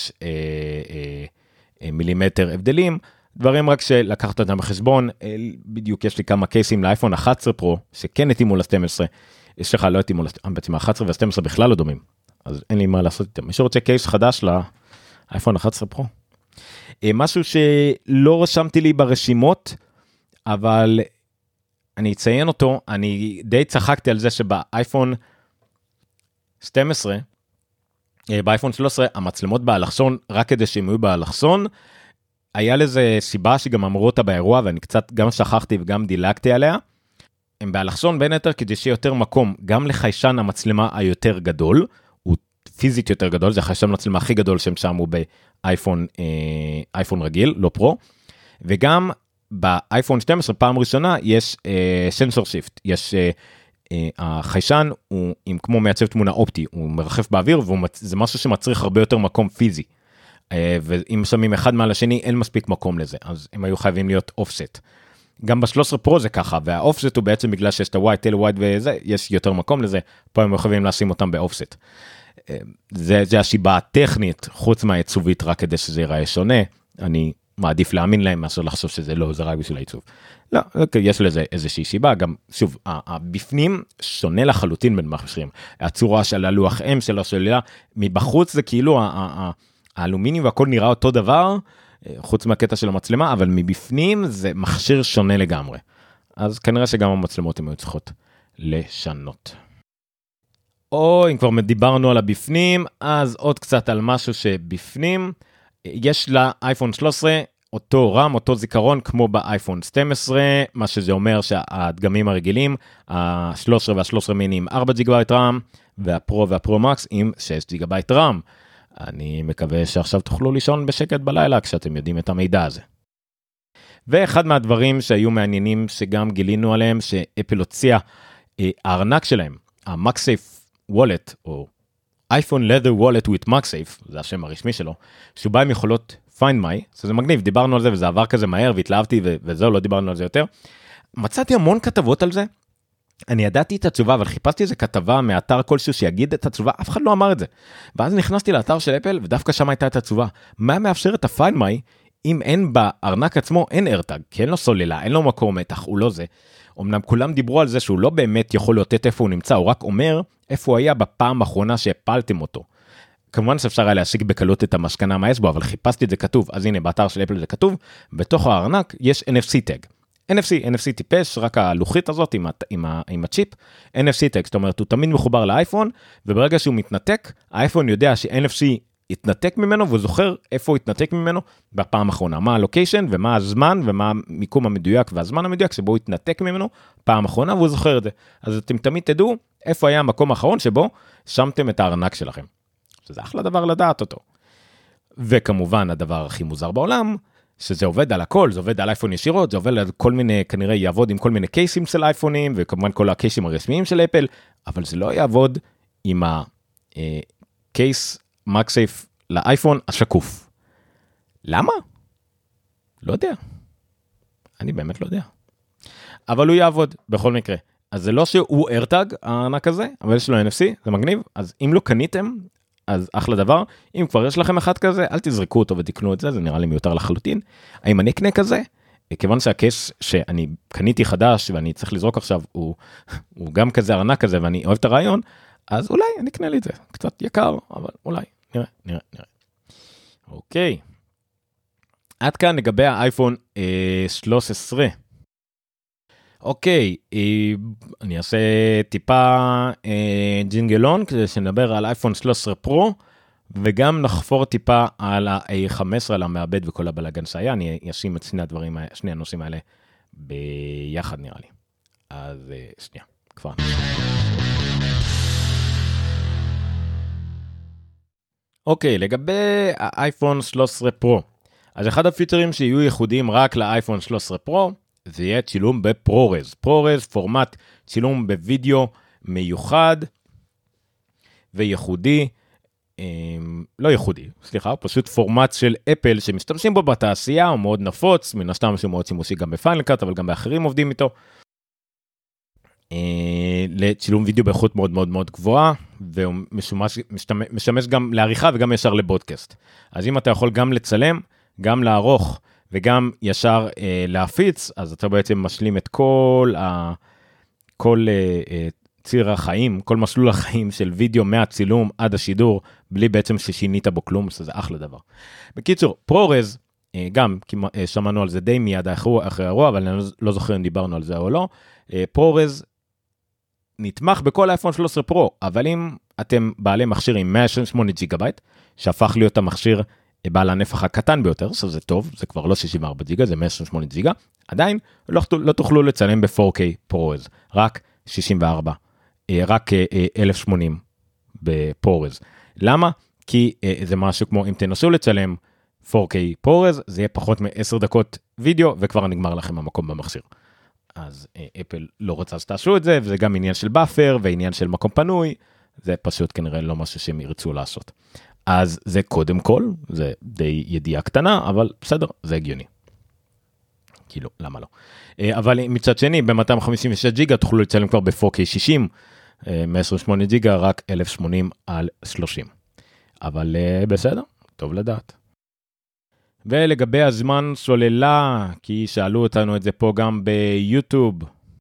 מילימטר הבדלים, דברים רק שלקחת אותם בחשבון, בדיוק יש לי כמה קייסים לאייפון 11 פרו, שכן התאימו ל-12, יש לך לא התאימו בעצם ה-11 וה-12 בכלל לא דומים, אז אין לי מה לעשות איתם. מי שרוצה קייס חדש לאייפון 11 פרו. משהו שלא רשמתי לי ברשימות, אבל אני אציין אותו, אני די צחקתי על זה שבאייפון 12, באייפון 13, המצלמות באלכסון, רק כדי שהם יהיו באלכסון, היה לזה סיבה שגם אמרו אותה באירוע, ואני קצת גם שכחתי וגם דילגתי עליה. הם באלכסון בין היתר כדי שיהיה יותר מקום, גם לחיישן המצלמה היותר גדול, הוא פיזית יותר גדול, זה החיישן המצלמה הכי גדול שהם שמו באייפון רגיל, לא פרו, וגם באייפון 12 פעם ראשונה יש סנסור שיפט, יש החיישן הוא כמו מעצב תמונה אופטי, הוא מרחף באוויר, וזה משהו שמצריך הרבה יותר מקום פיזי. ואם שמים אחד מעל השני, אין מספיק מקום לזה, אז הם היו חייבים להיות אופסט. גם ב-13 פרו זה ככה, והאופסט הוא בעצם בגלל שיש את הווייד, טייל ווייד וזה, יש יותר מקום לזה, פה הם חייבים לשים אותם באופסט. זה השיבה הטכנית, חוץ מהעיצובית, רק כדי שזה ייראה שונה, אני מעדיף להאמין להם מאשר לחשוב שזה לא, זה רק בשביל העיצוב. לא, יש לזה איזושהי שיבה, גם שוב, הבפנים שונה לחלוטין בין מכשירים, הצורה של הלוח M של השלילה, מבחוץ זה כאילו האלומיניום והכל נראה אותו דבר, חוץ מהקטע של המצלמה, אבל מבפנים זה מכשיר שונה לגמרי. אז כנראה שגם המצלמות הן היו צריכות לשנות. או אם כבר דיברנו על הבפנים, אז עוד קצת על משהו שבפנים, יש לאייפון 13 אותו רם, אותו זיכרון כמו באייפון 12, מה שזה אומר שהדגמים הרגילים, ה-13 וה-13 מיני עם 4 ג'יגבייט רם, והפרו והפרו מקס עם 6 ג'יגבייט רם. אני מקווה שעכשיו תוכלו לישון בשקט בלילה כשאתם יודעים את המידע הזה. ואחד מהדברים שהיו מעניינים שגם גילינו עליהם, שאפל הוציאה הארנק שלהם, ה-MagSafe Wallet, או iPhone Leather Wallet with MagSafe, זה השם הרשמי שלו, שהוא בא עם יכולות Find My, זה מגניב, דיברנו על זה וזה עבר כזה מהר והתלהבתי וזהו, לא דיברנו על זה יותר. מצאתי המון כתבות על זה, אני ידעתי את התשובה, אבל חיפשתי איזה כתבה מאתר כלשהו שיגיד את התשובה, אף אחד לא אמר את זה. ואז נכנסתי לאתר של אפל, ודווקא שם הייתה את התשובה. מה מאפשר את ה-Find My, אם אין בארנק עצמו, אין AirTag, כי אין לו סוללה, אין לו מקור מתח, הוא לא זה. אמנם כולם דיברו על זה שהוא לא באמת יכול לאותת איפה הוא נמצא, הוא רק אומר איפה הוא היה בפעם האחרונה שהפלתם אותו. כמובן שאפשר היה להשיג בקלות את המשכנה מה יש בו, אבל חיפשתי את זה כתוב, אז הנה באתר של אפל זה כתוב, בתוך הארנק יש NFC tag. NFC טיפש, רק הלוחית הזאת עם הצ'יפ, NFC tag, זאת אומרת, הוא תמיד מחובר לאייפון, וברגע שהוא מתנתק, האייפון יודע ש-NFC התנתק ממנו, והוא זוכר איפה הוא התנתק ממנו בפעם האחרונה, מה הלוקיישן, ומה הזמן, ומה המיקום המדויק, והזמן המדויק, שבו הוא התנתק ממנו פעם האחרונה, והוא זוכר את זה. אז אתם תמיד תדעו איפה היה המקום האחרון, שבו שמתם את הארנק שלכם. שזה אחלה דבר לדעת אותו. וכמובן, הדבר הכי מוזר בעולם, שזה עובד על הכל, זה עובד על אייפון ישירות, זה עובד על כל מיני, כנראה יעבוד עם כל מיני קייסים של אייפונים, וכמובן כל הקייסים הרשמיים של אפל, אבל זה לא יעבוד עם הקייס MagSafe לאייפון השקוף. למה? לא יודע. אני באמת לא יודע. אבל הוא יעבוד בכל מקרה. אז זה לא שהוא AirTag, הענק הזה, אבל יש לו NFC, זה מגניב. אז אם לא קניתם, אז אחלה דבר. אם כבר יש לכם אחד כזה, אל תזרקו אותו ותקנו את זה, זה נראה לי מיותר לחלוטין. האם אני אקנה כזה? כיוון שהקייס שאני קניתי חדש, ואני צריך לזרוק עכשיו, הוא גם כזה ארנק כזה, ואני אוהב את הרעיון, אז אולי אני אקנה לי את זה. קצת יקר, אבל אולי. נראה. אוקיי. עד כאן לגבי האייפון 13. אוקיי, אני אעשה טיפה ג'ינגלון, כדי שנדבר על אייפון 13 פרו, וגם נחפור טיפה על ה-A15, על המעבד וכל הבלגן שהיה. אני אשים את שני הנושאים האלה ביחד נראה לי. אז שנייה, כבר אוקיי, לגבי האייפון 13 פרו. אז אחד הפיצ'רים שיהיו ייחודיים רק לאייפון 13 פרו, זה יהיה צילום בפרורז. פרורז, פורמט צילום בווידאו מיוחד וייחודי, לא ייחודי, סליחה, פשוט פורמט של אפל שמשתמשים בו בתעשייה, הוא מאוד נפוץ, מן הסתם שהוא מאוד שימושי גם בפיינל קאט, אבל גם באחרים עובדים איתו. לצילום וידאו באיכות מאוד מאוד מאוד גבוהה, והוא משמש גם לעריכה וגם ישר לבודקאסט. אז אם אתה יכול גם לצלם, גם לערוך, וגם ישר להפיץ, אז אתה בעצם משלים את כל ציר החיים, כל מסלול החיים של וידאו מהצילום עד השידור, בלי בעצם ששינית בו כלום, שזה אחלה דבר. בקיצור, פרורז, גם שמענו על זה די מיד אחרי הרוע, אבל אני לא זוכר אם דיברנו על זה או לא, פרורז נתמך בכל האייפון 13 פרו, אבל אם אתם בעלי מכשיר עם 128 ג'יגבייט, שהפך להיות המכשיר בעל הנפח הקטן ביותר, שזה טוב, זה כבר לא 64 ג'יגה, זה 128 ג'יגה, עדיין לא תוכלו לצלם ב-4K פרורז, רק 64, רק 1080 בפרורז. למה? כי זה משהו כמו, אם תנסו לצלם 4K פרורז, זה יהיה פחות מ10 דקות וידאו, וכבר נגמר לכם המקום במכשיר. אז אפל לא רוצה שתעשו את זה, וזה גם עניין של באפר, ועניין של מקום פנוי, זה פשוט כנראה לא משהו שהם ירצו לעשות. אז זה קודם כל, זה די ידיעה קטנה, אבל בסדר, זה הגיוני. כאילו, למה לא? אבל מצד שני, ב-256 ג'יגה תוכלו לצלם כבר ב-4K 60, 128 ג'יגה, רק 1080 על 30. אבל בסדר, טוב לדעת. ולגבי הזמן סוללה, כי שאלו אותנו את זה פה גם ביוטיוב,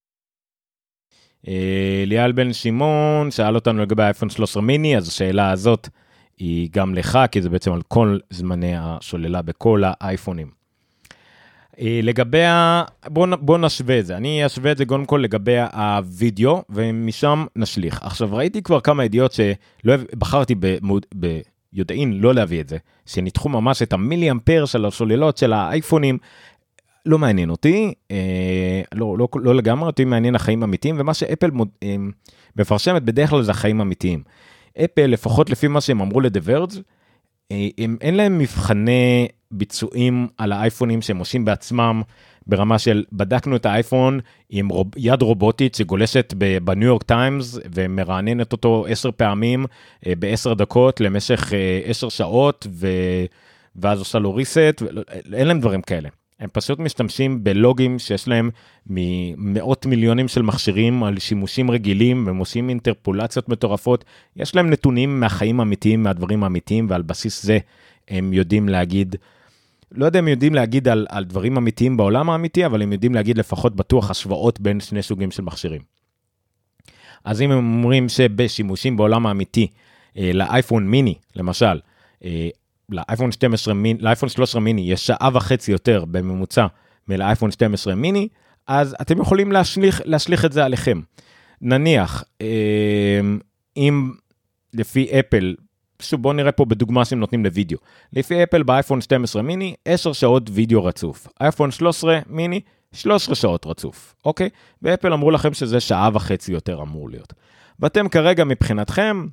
ליאל בן שמעון שאל אותנו לגבי האייפון 13 מיני, אז השאלה הזאת היא גם לך, כי זה בעצם על כל זמני הסוללה בכל האייפונים. לגבי, בוא נשווה את זה, אני אשווה את זה קודם כל לגבי הווידאו, ומשם נשליך. עכשיו ראיתי כבר כמה ידיעות שלא בחרתי ביודעין לא להביא את זה, שניתחו ממש את המילי אמפר של הסוללות של האייפונים, לא מעניין אותי, לא לגמרי אותי מעניין החיים אמיתיים, ומה שאפל מפרשמת בדרך כלל זה החיים אמיתיים. אפל, לפחות לפי מה שהם אמרו לדברג', אין להם מבחני ביצועים על האייפונים שהם עושים בעצמם, ברמה של בדקנו את האייפון עם יד רובוטית שגולשת בניו יורק טיימס, ומרעננת אותו 10 פעמים ב10 דקות למשך 10 שעות, ואז עושה לו ריסט, אין להם דברים כאלה. הם פשוט משתמשים בלוגים שיש להם ממאות מיליונים של מכשירים על שימושים רגילים, והם עושים אינטרפולציות מטורפות, יש להם נתונים מהחיים האמיתיים, מהדברים האמיתיים, ועל בסיס זה הם יודעים להגיד, לא יודע אם יודעים להגיד על דברים אמיתיים בעולם האמיתי, אבל הם יודעים להגיד לפחות בטוח השוואות בין שני סוגים של מכשירים. אז אם הם אומרים שבשימושים בעולם האמיתי, לאייפון מיני, למשל, לאייפון 13 מיני יש שעה וחצי יותר בממוצע מלאייפון 12 מיני, אז אתם יכולים להשליך את זה עליכם. נניח, אם לפי אפל, בואו נראה פה בדוגמה שהם נותנים לוידאו, לפי אפל באייפון 12 מיני, 10 שעות וידאו רצוף, אייפון 13 מיני, 13 שעות רצוף, אוקיי? ואפל אמרו לכם שזה שעה וחצי יותר אמור להיות. ואתם כרגע מבחינתכם,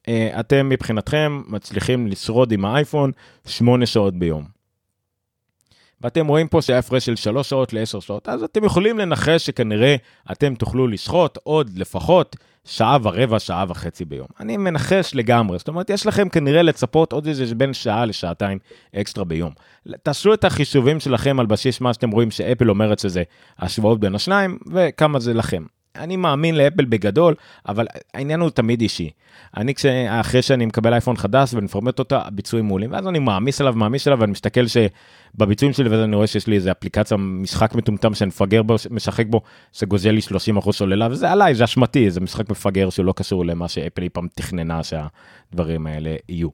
מצליחים לשרוד עם האייפון 8 שעות ביום. ואתם רואים פה שההפרש של 3 שעות ל10 שעות, אז אתם יכולים לנחש שכנראה אתם תוכלו לשחות עוד לפחות שעה ורבע, שעה וחצי ביום. אני מנחש לגמרי, זאת אומרת, יש לכם כנראה לצפות עוד איזה בין שעה לשעתיים אקסטרה ביום. תעשו את החישובים שלכם על בסיס מה שאתם רואים שאפל אומרת שזה השוואות בין השניים, וכמה זה לכם. אני מאמין לאפל בגדול, אבל העניין הוא תמיד אישי. אחרי שאני מקבל אייפון חדש ונפרמט אותה, הביצועים מעולים, ואז אני מעמיס עליו, ואני מסתכל שבביצועים שלי, ואז אני רואה שיש לי איזה אפליקציה, משחק מטומטם שאני מפגר בו, משחק בו, שגוזל לי 30% שוללה, וזה עליי, זה אשמתי, זה משחק מפגר שלא קשור למה שאפל אי פעם תכננה שהדברים האלה יהיו.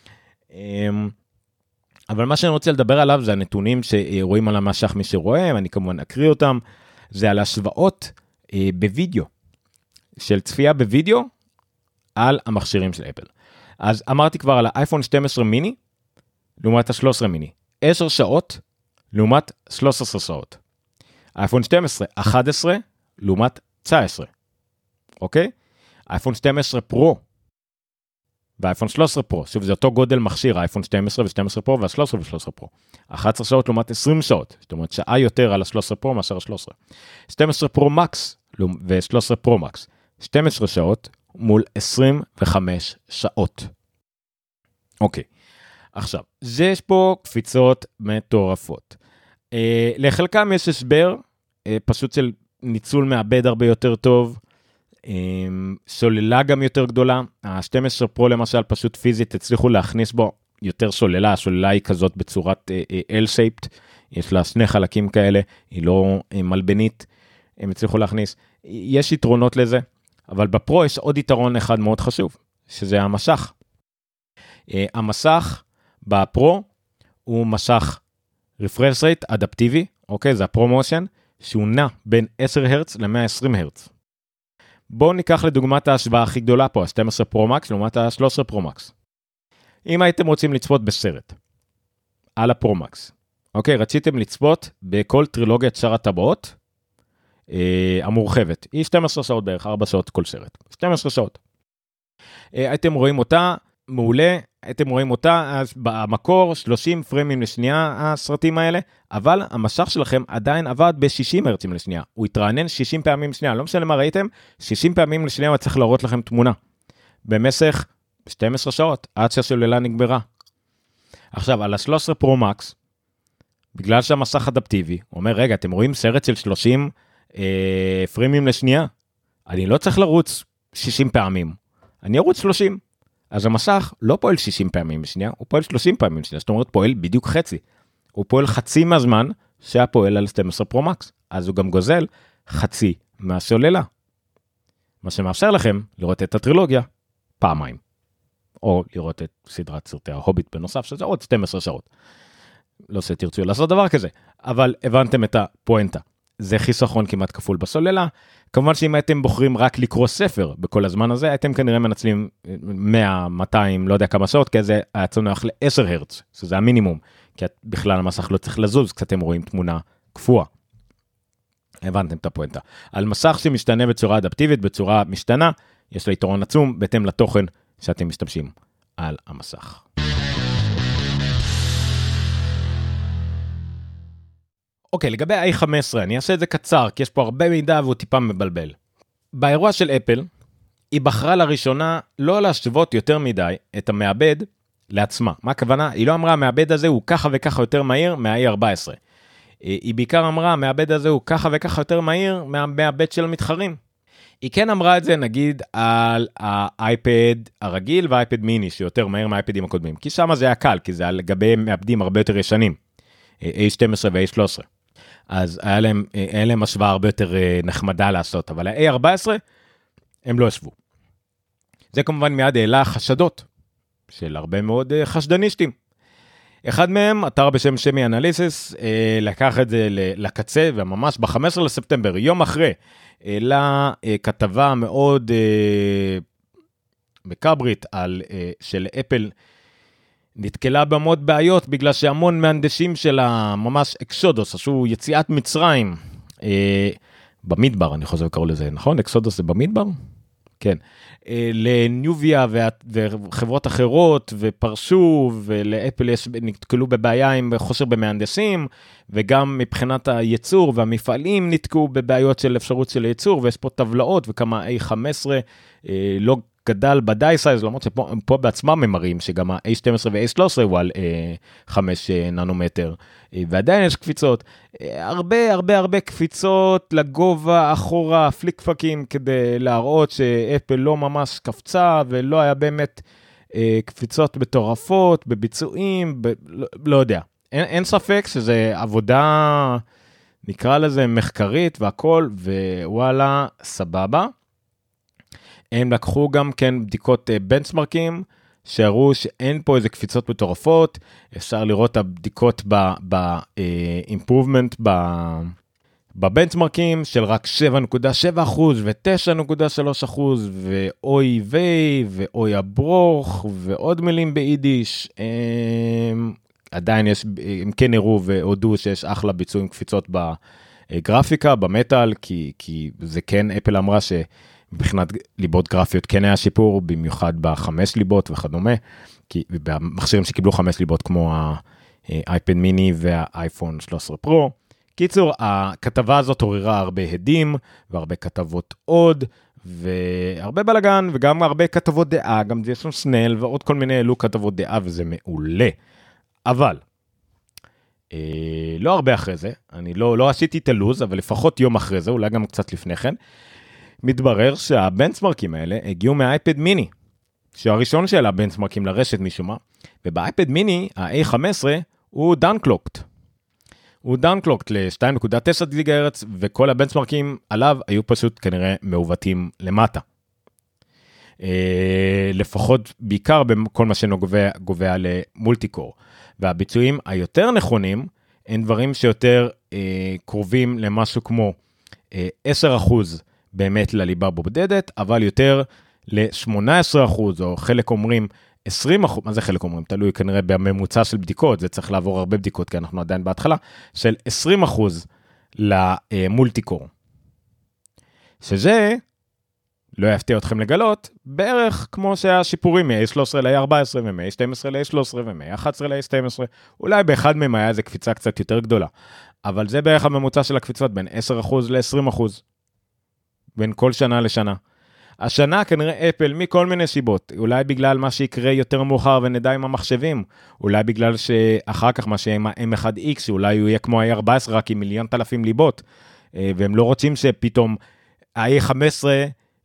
אבל מה שאני רוצה לדבר עליו, זה הנתונים שרואים על המשך מי שרואה, ואני כמובן אקריא אותם, זה על השוואות בווידאו, של צפייה בווידאו, על המכשירים של אפל. אז אמרתי כבר על האייפון 12 מיני, לעומת ה-13 מיני. 10 שעות, לעומת 13 שעות. אייפון 12, 11, לעומת 19. אוקיי? אייפון 12 פרו, והאייפון 13 פרו, שוב זה אותו גודל מכשיר, האייפון 12 ו-12 פרו, וה-13 ו-13 פרו. 11 שעות לעומת 20 שעות, זאת אומרת שעה יותר על ה-13 פרו מאשר ה-13. 12 פרו מקס ו-13 פרו מקס, 12 שעות מול 25 שעות. אוקיי, עכשיו, יש פה קפיצות מטורפות. לחלקם יש הסבר, פשוט של ניצול מעבד הרבה יותר טוב, סוללה גם יותר גדולה, ה-12 פרו למשל פשוט פיזית הצליחו להכניס בו יותר סוללה, הסוללה היא כזאת בצורת L-shaped, יש לה שני חלקים כאלה, היא לא מלבנית, הם הצליחו להכניס, יש יתרונות לזה, אבל בפרו יש עוד יתרון אחד מאוד חשוב, שזה המשך. המשך בפרו הוא משך refresh rate אדפטיבי, אוקיי, זה הפרו-מושן, שהוא נע בין 10 הרץ ל-120 הרץ. בואו ניקח לדוגמת ההשוואה הכי גדולה פה, ה-12 פרו-מקס לעומת ה-13 פרו-מקס. אם הייתם רוצים לצפות בסרט על הפרו-מקס, אוקיי, רציתם לצפות בכל טרילוגיית שר הטבעות המורחבת. היא 12 שעות בערך, 4 שעות כל סרט. 12 שעות. הייתם רואים אותה, מעולה, הייתם רואים אותה במקור, 30 פרמים לשנייה הסרטים האלה, אבל המשך שלכם עדיין עבד ב-60 הרצים לשנייה. הוא התרענן 60 פעמים לשנייה, לא משנה מה ראיתם, 60 פעמים לשנייה הוא צריך להראות לכם תמונה. במשך 12 שעות, עד שהסוללה נגמרה. עכשיו, על ה-13 פרו-מקס, בגלל שהמסך אדפטיבי, הוא אומר, רגע, אתם רואים סרט של 30 פרימים לשנייה? אני לא צריך לרוץ 60 פעמים, אני ארוץ 30. אז המסך לא פועל 60 פעמים בשנייה, הוא פועל 30 פעמים בשנייה, זאת אומרת, פועל בדיוק חצי. הוא פועל חצי מהזמן שהיה פועל על 12 פרו מקס, אז הוא גם גוזל חצי מהסוללה. מה שמאפשר לכם לראות את הטרילוגיה פעמיים, או לראות את סדרת סרטי ההוביט בנוסף, שזה עוד 12 שעות. לא שתרצו לעשות דבר כזה, אבל הבנתם את הפואנטה. זה חיסכון כמעט כפול בסוללה. כמובן שאם הייתם בוחרים רק לקרוא ספר בכל הזמן הזה, הייתם כנראה מנצלים 100, 200, לא יודע כמה שעות, כי זה היה צונח ל-10 הרץ, שזה המינימום, כי בכלל המסך לא צריך לזוז, קצת אתם רואים תמונה קפואה. הבנתם את הפואנטה. על מסך שמשתנה בצורה אדפטיבית, בצורה משתנה, יש לה יתרון עצום, בהתאם לתוכן שאתם משתמשים על המסך. אוקיי, לגבי ה-A15, אני אעשה את זה קצר, כי יש פה הרבה מידע והוא טיפה מבלבל. באירוע של אפל, היא בחרה לראשונה לא להשוות יותר מדי את המעבד לעצמה. מה הכוונה? היא לא אמרה, המעבד הזה הוא ככה וככה יותר מהיר מה-A14. היא בעיקר אמרה, המעבד הזה הוא ככה וככה יותר מהיר מהמעבד של המתחרים. היא כן אמרה את זה, נגיד, על האייפד הרגיל והאייפד מיני, שיותר מהיר מהאייפדים הקודמים. כי שם זה היה קל, כי זה היה לגבי מעבדים הרבה יותר ישנים. A12 ו-A13. אז היה להם השוואה הרבה יותר נחמדה לעשות, אבל ה-A14 הם לא ישבו. זה כמובן מיד העלה חשדות של הרבה מאוד חשדניסטים. אחד מהם, אתר בשם שמי אנליסיס, לקח את זה לקצה, וממש ב-15 לספטמבר, יום אחרי, העלה כתבה מאוד מקברית של אפל, נתקלה במוד בעיות, בגלל שהמון מהנדשים שלה, ממש אקסודוס, עשו יציאת מצרים, במדבר, אני חושב קראו לזה, נכון? אקסודוס זה במדבר? כן. לניוביה וחברות אחרות, ופרשו, ולאפל נתקלו בבעיה עם חוסר במהנדסים, וגם מבחינת הייצור, והמפעלים נתקעו בבעיות של אפשרות של הייצור, ויש פה טבלאות, וכמה A15 לא גדל בדי סייז, למרות שפה בעצמם הם מראים שגם ה-A12 ו-A13 הוא על 5 ננומטר, ועדיין יש קפיצות, הרבה קפיצות לגובה, אחורה, פליק-פקים, כדי להראות שאפל לא ממש קפצה, ולא היה באמת קפיצות מטורפות, בביצועים, לא יודע. אין ספק שזה עבודה, נקרא לזה מחקרית והכל, ווואלה, סבבה. הם לקחו גם כן בדיקות בנצ'מרקים, שהראו שאין פה איזה קפיצות מטורפות, אפשר לראות את הבדיקות ב-improvement בבנצ'מרקים של רק 7.7% ו-9.3% ואוי וי ואוי הברוך ועוד מילים ביידיש, עדיין יש, הם כן הראו והודו שיש אחלה ביצוע עם קפיצות בגרפיקה, במטל, כי זה כן, אפל אמרה מבחינת ליבות גרפיות כן היה שיפור, במיוחד ב5 ליבות וכדומה, כי במכשירים שקיבלו 5 ליבות כמו האייפד מיני והאייפון 13 פרו. קיצור, הכתבה הזאת עוררה הרבה הדים, והרבה כתבות עוד, והרבה בלגן, וגם הרבה כתבות דעה, גם ג'ייסון סנל ועוד כל מיני אלו כתבות דעה, וזה מעולה. אבל, לא הרבה אחרי זה, אני לא עשיתי את הלוז, אבל לפחות יום אחרי זה, אולי גם קצת לפני כן, מתברר שהבנצ'מרקים האלה הגיעו מהאייפד מיני, שהראשון של הבנצ'מרקים לרשת משום מה, ובאייפד מיני, ה-A15 הוא דאונקלוקט. הוא דאונקלוקט ל-2.9 גיגהרץ, וכל הבנצ'מרקים עליו היו פשוט כנראה מעוותים למטה. לפחות בעיקר בכל מה שנוגע למולטיקור. והביצועים היותר נכונים, הם דברים שיותר קרובים למשהו כמו 10% באמת לליבה בודדת, אבל יותר ל-18%, או חלק אומרים 20%, מה זה חלק אומרים? תלוי כנראה בממוצע של בדיקות, זה צריך לעבור הרבה בדיקות, כי אנחנו עדיין בהתחלה, של 20% למולטיקור. שזה, לא יפתיע אתכם לגלות, בערך כמו שהיה שיפורים מ-A13 ל-A14, ומ-A12 ל-A13, ומ-A11 ל-A12, אולי באחד מהם היה איזה קפיצה קצת יותר גדולה, אבל זה בערך הממוצע של הקפיצות, בין 10% ל-20%. בין כל שנה לשנה. השנה כנראה אפל מכל מיני סיבות, אולי בגלל מה שיקרה יותר מאוחר ונדע עם המחשבים, אולי בגלל שאחר כך מה שהם ה-M1X, שאולי הוא יהיה כמו ה-A14 רק עם 1,000,000 ליבות, והם לא רוצים שפתאום ה-A15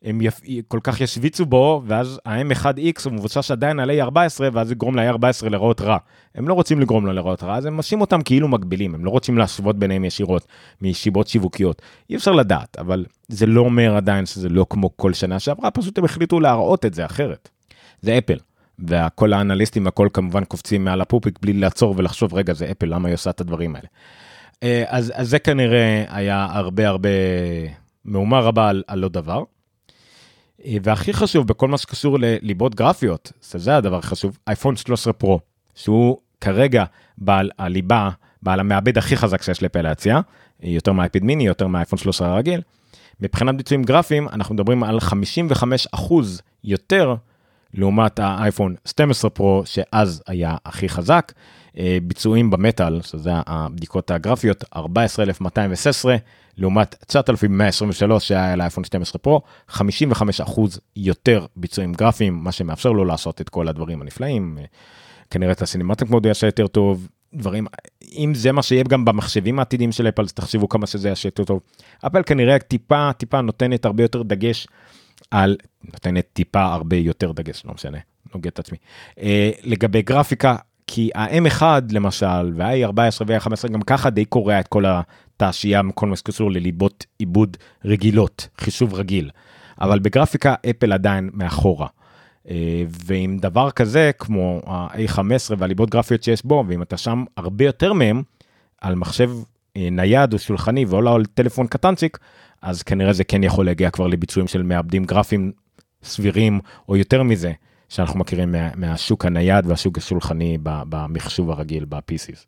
הם כל כך ישוויצו בו, ואז ה-M1X הוא מבוסס עדיין על A14, ואז זה גורם ל-A14 לראות רע. הם לא רוצים לגרום לו לראות רע, אז הם משאים אותם כאילו מקבילים, הם לא רוצים להשוות ביניהם ישירות, משיבות שיווקיות. אי אפשר לדעת, אבל זה לא אומר עדיין שזה לא כמו כל שנה שעברה, פשוט הם החליטו להראות את זה אחרת. זה אפל, וכל האנליסטים, הכל כמובן קופצים מעל הפופיק, בלי לעצור ולחשוב, רגע, זה אפל, למה היא עושה את הדברים האלה? אז זה כנראה היה הרבה מהומה רבה על לא דבר. והכי חשוב בכל מה שקשור לליבות גרפיות, זה הדבר החשוב, אייפון 13 פרו, שהוא כרגע בעל הליבה, בעל המעבד הכי חזק שיש לאפל להציע, יותר מהאייפד מיני, יותר מהאייפון 13 הרגיל. מבחינת ביצועים גרפיים, אנחנו מדברים על 55% יותר, לעומת האייפון 12 פרו, שאז היה הכי חזק, ביצועים במטל, שזה הבדיקות הגרפיות, 14,216, לעומת 9,123 שהיה לאייפון 12 פרו, 55% יותר ביצועים גרפיים, מה שמאפשר לו לעשות את כל הדברים הנפלאים, כנראה את הסינמטיק מוד יעשה יותר טוב, דברים, אם זה מה שיהיה גם במחשבים העתידים של אפל, אז תחשבו כמה שזה יעשה יותר טוב. אפל כנראה טיפה נותנת הרבה יותר דגש, נותנת טיפה הרבה יותר דגש, לא משנה, נוגע את עצמי. לגבי גרפיקה, כי ה-M1 למשל, וה-A14 וה-A15 גם ככה די קורא את כל התעשייה, כל מה שקשור לליבות עיבוד רגילות, חישוב רגיל. אבל בגרפיקה אפל עדיין מאחורה. ועם דבר כזה, כמו ה-A15 והליבות גרפיות שיש בו, ואם אתה שם הרבה יותר מהם, על מחשב נייד או שולחני, ועולה על טלפון קטנציק, אז כנראה זה כן יכול להגיע כבר לביצועים של מעבדים גרפיים סבירים, או יותר מזה, שאנחנו מכירים מהשוק הנייד והשוק השולחני במחשוב הרגיל, ב-PCs.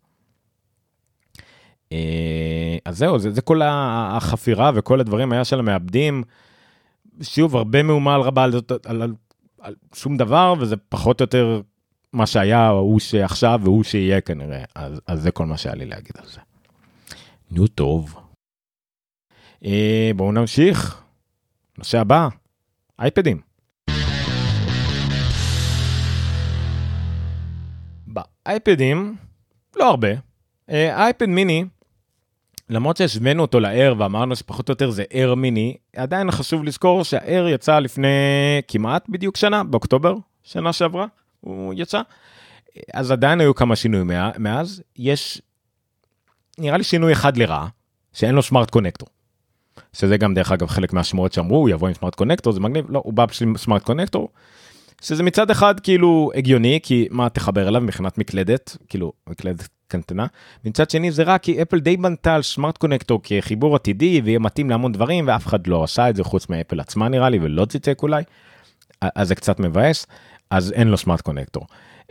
אז זהו, זה כל החפירה וכל הדברים היה של המעבדים, שוב, הרבה מהומה על רבה על שום דבר, וזה פחות או יותר מה שהיה, הוא שעכשיו והוא שיהיה כנראה, אז זה כל מה שהיה לי להגיד על זה. נו טוב. בואו נמשיך. נושא הבא, אייפדים. באייפדים, לא הרבה. אייפד מיני, למרות שהשווינו אותו לאייר ואמרנו שפחות או יותר זה אייר מיני, עדיין חשוב לזכור שהאייר יצא לפני כמעט בדיוק שנה, באוקטובר, שנה שעברה, הוא יצא. אז עדיין היו כמה שינויים מאז. יש, נראה לי שינוי אחד לרעה, שאין לו סמארט קונקטור. שזה גם דרך אגב חלק מהשמועות שאמרו, הוא יבוא עם סמארט קונקטור, זה מגניב, לא, הוא בא בשביל סמארט קונקטור, שזה מצד אחד כאילו הגיוני, כי מה תחבר אליו מבחינת מקלדת, כאילו מקלדת קטנה, מצד שני זה רק כי אפל די בנתה על סמארט קונקטור כחיבור עתידי, ויהיה מתאים להמון דברים, ואף אחד לא עשה את זה חוץ מאפל עצמה נראה לי, ולא ציטק אולי, אז זה קצת מבאס, אז אין לו סמארט קונקטור.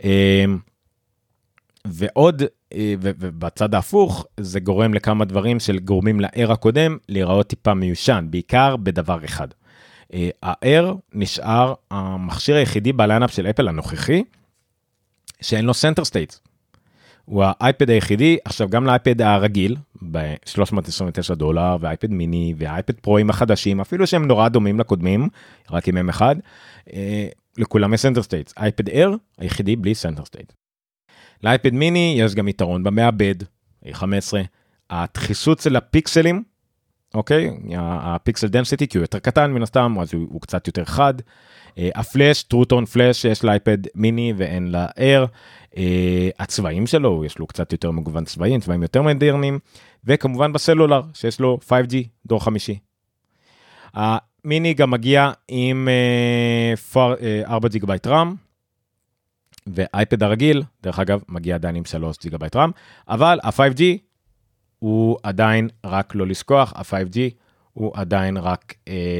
ועוד, ובצד ההפוך, זה גורם לכמה דברים של גורמים לאייר הקודם, להיראות טיפה מיושן, בעיקר בדבר אחד. האייר נשאר המכשיר היחידי בליינאפ של אפל הנוכחי, שאין לו סנטר סטייט. הוא האייפד היחידי, עכשיו גם לאייפד הרגיל, ב$329, והאייפד מיני, והאייפד פרוים החדשים, אפילו שהם נורא דומים לקודמים, רק עם M1, לכולם יש סנטר סטייט. אייפד אייר היחידי בלי סנטר סטייט. לאייפד מיני יש גם יתרון במעבד, A15, הדחיסות של הפיקסלים, אוקיי, הפיקסל דנסיטי, כי הוא יותר קטן מן הסתם, אז הוא קצת יותר חד, הפלאש, טרוטון פלאש שיש לאייפד מיני ואין לאייר, הצבעים שלו, יש לו קצת יותר מגוון צבעים, צבעים יותר מודרניים, וכמובן בסלולר, שיש לו 5G, דור חמישי. המיני גם מגיע עם 4 GB RAM, ואייפד הרגיל, דרך אגב, מגיע עדיין עם 3 GB RAM, אבל ה-5G הוא עדיין רק לא לזכוח, ה-5G הוא עדיין רק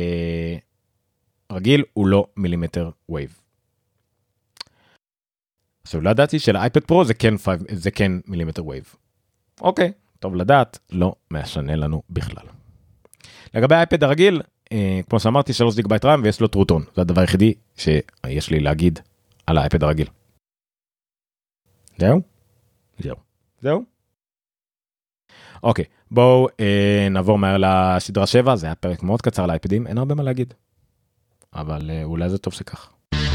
רגיל, הוא לא מילימטר וייב. עכשיו, לא ידעתי שלאייפד פרו זה כן מילימטר וייב. אוקיי, טוב לדעת, לא משנה לנו בכלל. לגבי האייפד הרגיל, כמו שאמרתי, 3 GB RAM ויש לו טרוטון. זה הדבר היחידי שיש לי להגיד על האייפד הרגיל. זהו. אוקיי, בואו נעבור מהר לסדרה 7, זה היה פרק מאוד קצר לאייפדים, אין הרבה מה להגיד. אבל אולי זה טוב שכך.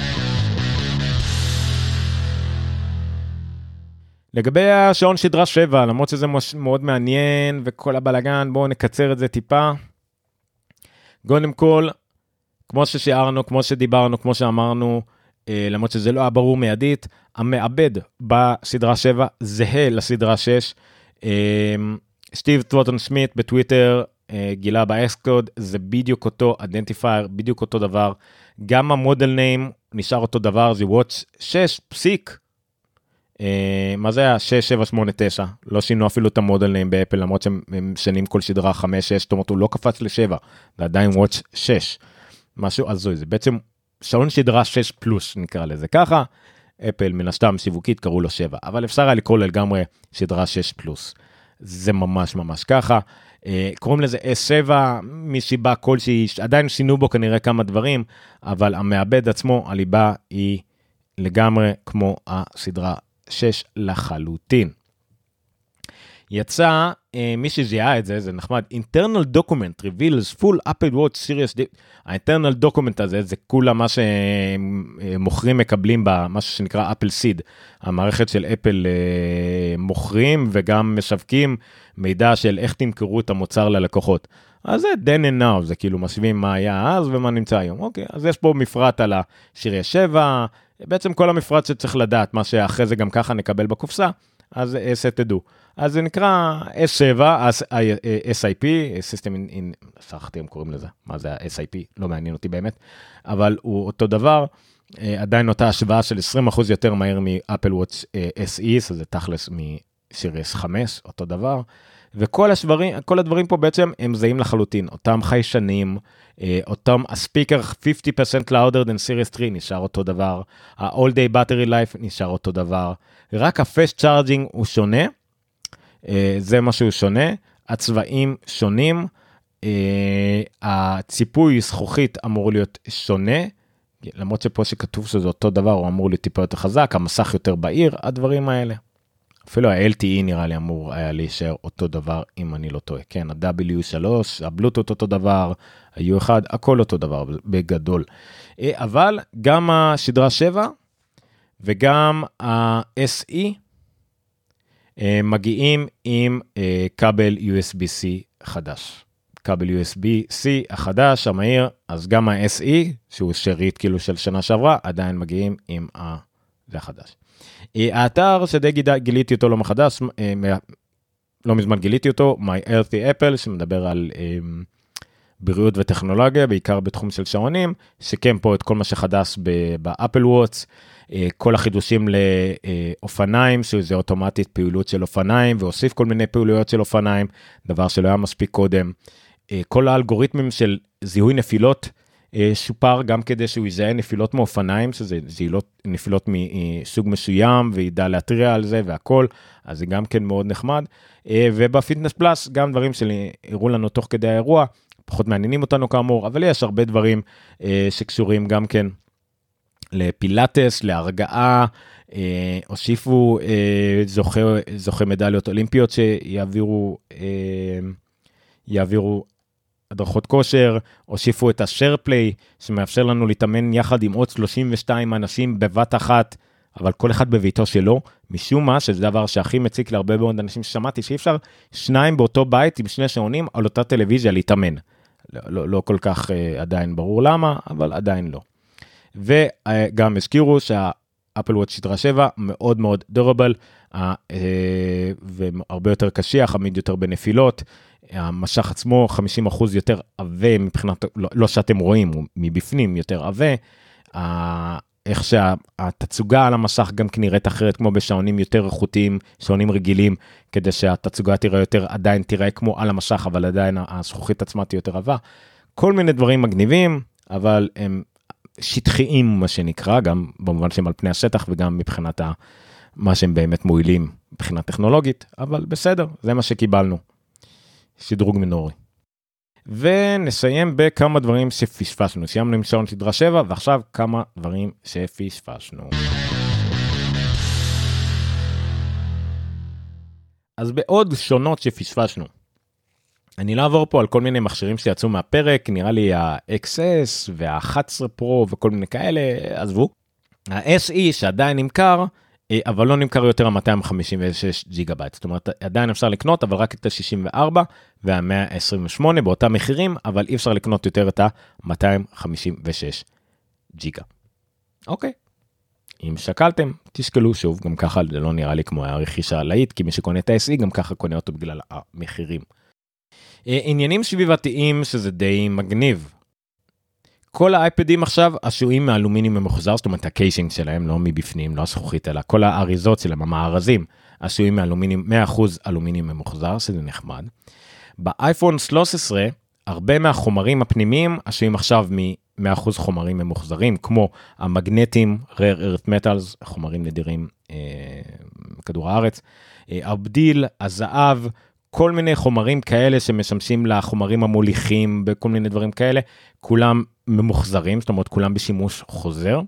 לגבי השעון סדרה 7, למרות שזה מאוד מעניין וכל הבלגן, בואו נקצר את זה טיפה. קודם כל, כמו ששיערנו, כמו שדיברנו, כמו שאמרנו, למרות שזה לא היה ברור מיידית, המעבד בסדרה 7 זהה לסדרה 6. סטיב טווטון סמית בטוויטר גילה באקסקוד, זה בדיוק אותו אידנטיפייר, בדיוק אותו דבר. גם המודל ניים נשאר אותו דבר, זה וואץ' 6 פסיק. מה זה היה? 6, 7, 8, 9. לא שינו אפילו את המודל ניים באפל, למרות שהם שנים כל שדרה 5, 6, זאת אומרת, הוא לא קפץ ל-7, זה עדיין וואץ' 6. משהו הזוי, זה בעצם שעון שדרה 6 פלוס, נקרא לזה ככה. אפל מן הסתם שיווקית קראו לו 7, אבל אפשר היה לקרוא לגמרי שדרה 6 פלוס. זה ממש ממש ככה. קוראים לזה S7 מסיבה כלשהי, עדיין שינו בו כנראה כמה דברים, אבל המעבד עצמו, הליבה היא לגמרי כמו הסדרה 6 לחלוטין. יצא, מי שזיהה את זה, זה נחמד, internal document reveals full Apple Watch Series, ה-internal document הזה, זה כולה מה שמוכרים מקבלים במשהו שנקרא Apple Seed, המערכת של אפל מוכרים וגם משווקים מידע של איך תמכרו את המוצר ללקוחות. אז זה then and now, זה כאילו משווים מה היה אז ומה נמצא היום. אוקיי, אז יש פה מפרט על ה-Series 7, בעצם כל המפרט שצריך לדעת, מה שאחרי זה גם ככה נקבל בקופסה, אז תדעו. אז זה נקרא S7, SIP, System in, שכחתי הם קוראים לזה, מה זה ה-SIP, לא מעניין אותי באמת, אבל הוא אותו דבר, עדיין אותה השוואה של 20% יותר מהר מ-Apple Watch SE, זה תכלס מ-Series 5, אותו דבר, וכל הדברים פה בעצם הם זהים לחלוטין, אותם חיישנים, אותם הספיקר 50% louder than Series 3 נשאר אותו דבר, ה-all day battery life נשאר אותו דבר, רק ה-fast charging הוא שונה, זה משהו שונה, הצבעים שונים, הציפוי זכוכית אמור להיות שונה, למרות שפה שכתוב שזה אותו דבר, הוא אמור להיות טיפה יותר חזק, המסך יותר בהיר, הדברים האלה. אפילו ה-LTE נראה לי אמור היה להישאר אותו דבר, אם אני לא טועה. כן, ה-W3, הבלוטות אותו דבר, ה-U1, הכל אותו דבר, בגדול. אבל גם השדרה 7 וגם ה-SE מגיעים עם כבל USB-C חדש. כבל USB-C החדש, המהיר, אז גם ה-SE, שהוא שריט כאילו של שנה שעברה, עדיין מגיעים עם זה החדש. האתר שדי גיליתי אותו לא מחדש, לא מזמן גיליתי אותו, My Healthy Apple, שמדבר על בריאות וטכנולוגיה, בעיקר בתחום של שעונים, שכן פה את כל מה שחדש באפל וואטס, כל החידושים לאופניים, שזה אוטומטית פעילות של אופניים, והוסיף כל מיני פעילויות של אופניים, דבר שלא היה מספיק קודם. כל האלגוריתמים של זיהוי נפילות, שופר גם כדי שהוא יזהה נפילות מאופניים, שזה נפילות מסוג מסוים, וידע להתריע על זה והכל, אז זה גם כן מאוד נחמד. ובפיטנס פלאס, גם דברים שהראו לנו תוך כדי האירוע, פחות מעניינים אותנו כאמור, אבל יש הרבה דברים שקשורים גם כן לפילאטס, להרגעה, הוסיפו זוכי מדליות אולימפיות שיעבירו הדרכות כושר, הוסיפו את השארפליי, שמאפשר לנו להתאמן יחד עם עוד 32 אנשים בבת אחת, אבל כל אחד בביתו שלו, משום מה, שזה דבר שהכי מציק להרבה מאוד אנשים ששמעתי, שאי אפשר שניים באותו בית עם שני שעונים על אותה טלוויזיה להתאמן. לא כל כך עדיין ברור למה, אבל עדיין לא. וגם הזכירו שהאפל וואץ' שדרה 7 מאוד מאוד דורבל, והרבה יותר קשיח, עמיד יותר בנפילות, המשך עצמו 50% יותר עבה מבחינת, לא שאתם רואים, הוא מבפנים יותר עבה, איך שהתצוגה על המשך גם נראית אחרת, כמו בשעונים יותר איכותיים, שעונים רגילים, כדי שהתצוגה תראה יותר, עדיין תראה כמו על המשך, אבל עדיין הזכוכית עצמה תהיה יותר עבה. כל מיני דברים מגניבים, אבל הם שטחיים, מה שנקרא, גם במובן שהם על פני השטח, וגם מבחינת מה שהם באמת מועילים, מבחינה טכנולוגית, אבל בסדר, זה מה שקיבלנו. שדרוג מינורי. ונסיים בכמה דברים שפשפשנו. סיימנו עם שעון שדרה 7, ועכשיו כמה דברים שפשפשנו. אז בעוד שונות שפשפשנו, אני לא אעבור פה על כל מיני מכשירים שיצאו מהפרק, נראה לי ה-XS וה-11 Pro וכל מיני כאלה, עזבו. ה-SE שעדיין נמכר, אבל לא נמכר יותר ה-256 ג'יגה בייט, זאת אומרת, עדיין אפשר לקנות, אבל רק את ה-64 וה-128 באותם מחירים, אבל אי אפשר לקנות יותר את ה-256 ג'יגה. אוקיי. אם שקלתם, תשקלו שוב, גם ככה זה לא נראה לי כמו הרכישה עלאית, כי מי שקונה את ה-SE גם ככה קונה אותו בגלל המחירים. עניינים סביבתיים שזה די מגניב. כל האייפדים עכשיו עשויים מאלומיניום ממוחזר, זאת אומרת הקיישינג שלהם, לא מבפנים, לא הזכוכית, אלא כל האריזות שלהם, המארזים, עשויים מאלומיניום, 100% אלומיניום ממוחזר, שזה נחמד. באייפון 13, הרבה מהחומרים הפנימיים עשויים עכשיו מ-100% חומרים ממוחזרים, כמו המגנטים, rare earth metals, חומרים נדירים, כדור הארץ, הבדיל, הזהב, כל מיני חומרים כאלה שמשמשים לחומרים המוליכים, בכל מיני דברים כאלה, כולם ממוחזרים, זאת אומרת, כולם בשימוש חוזר.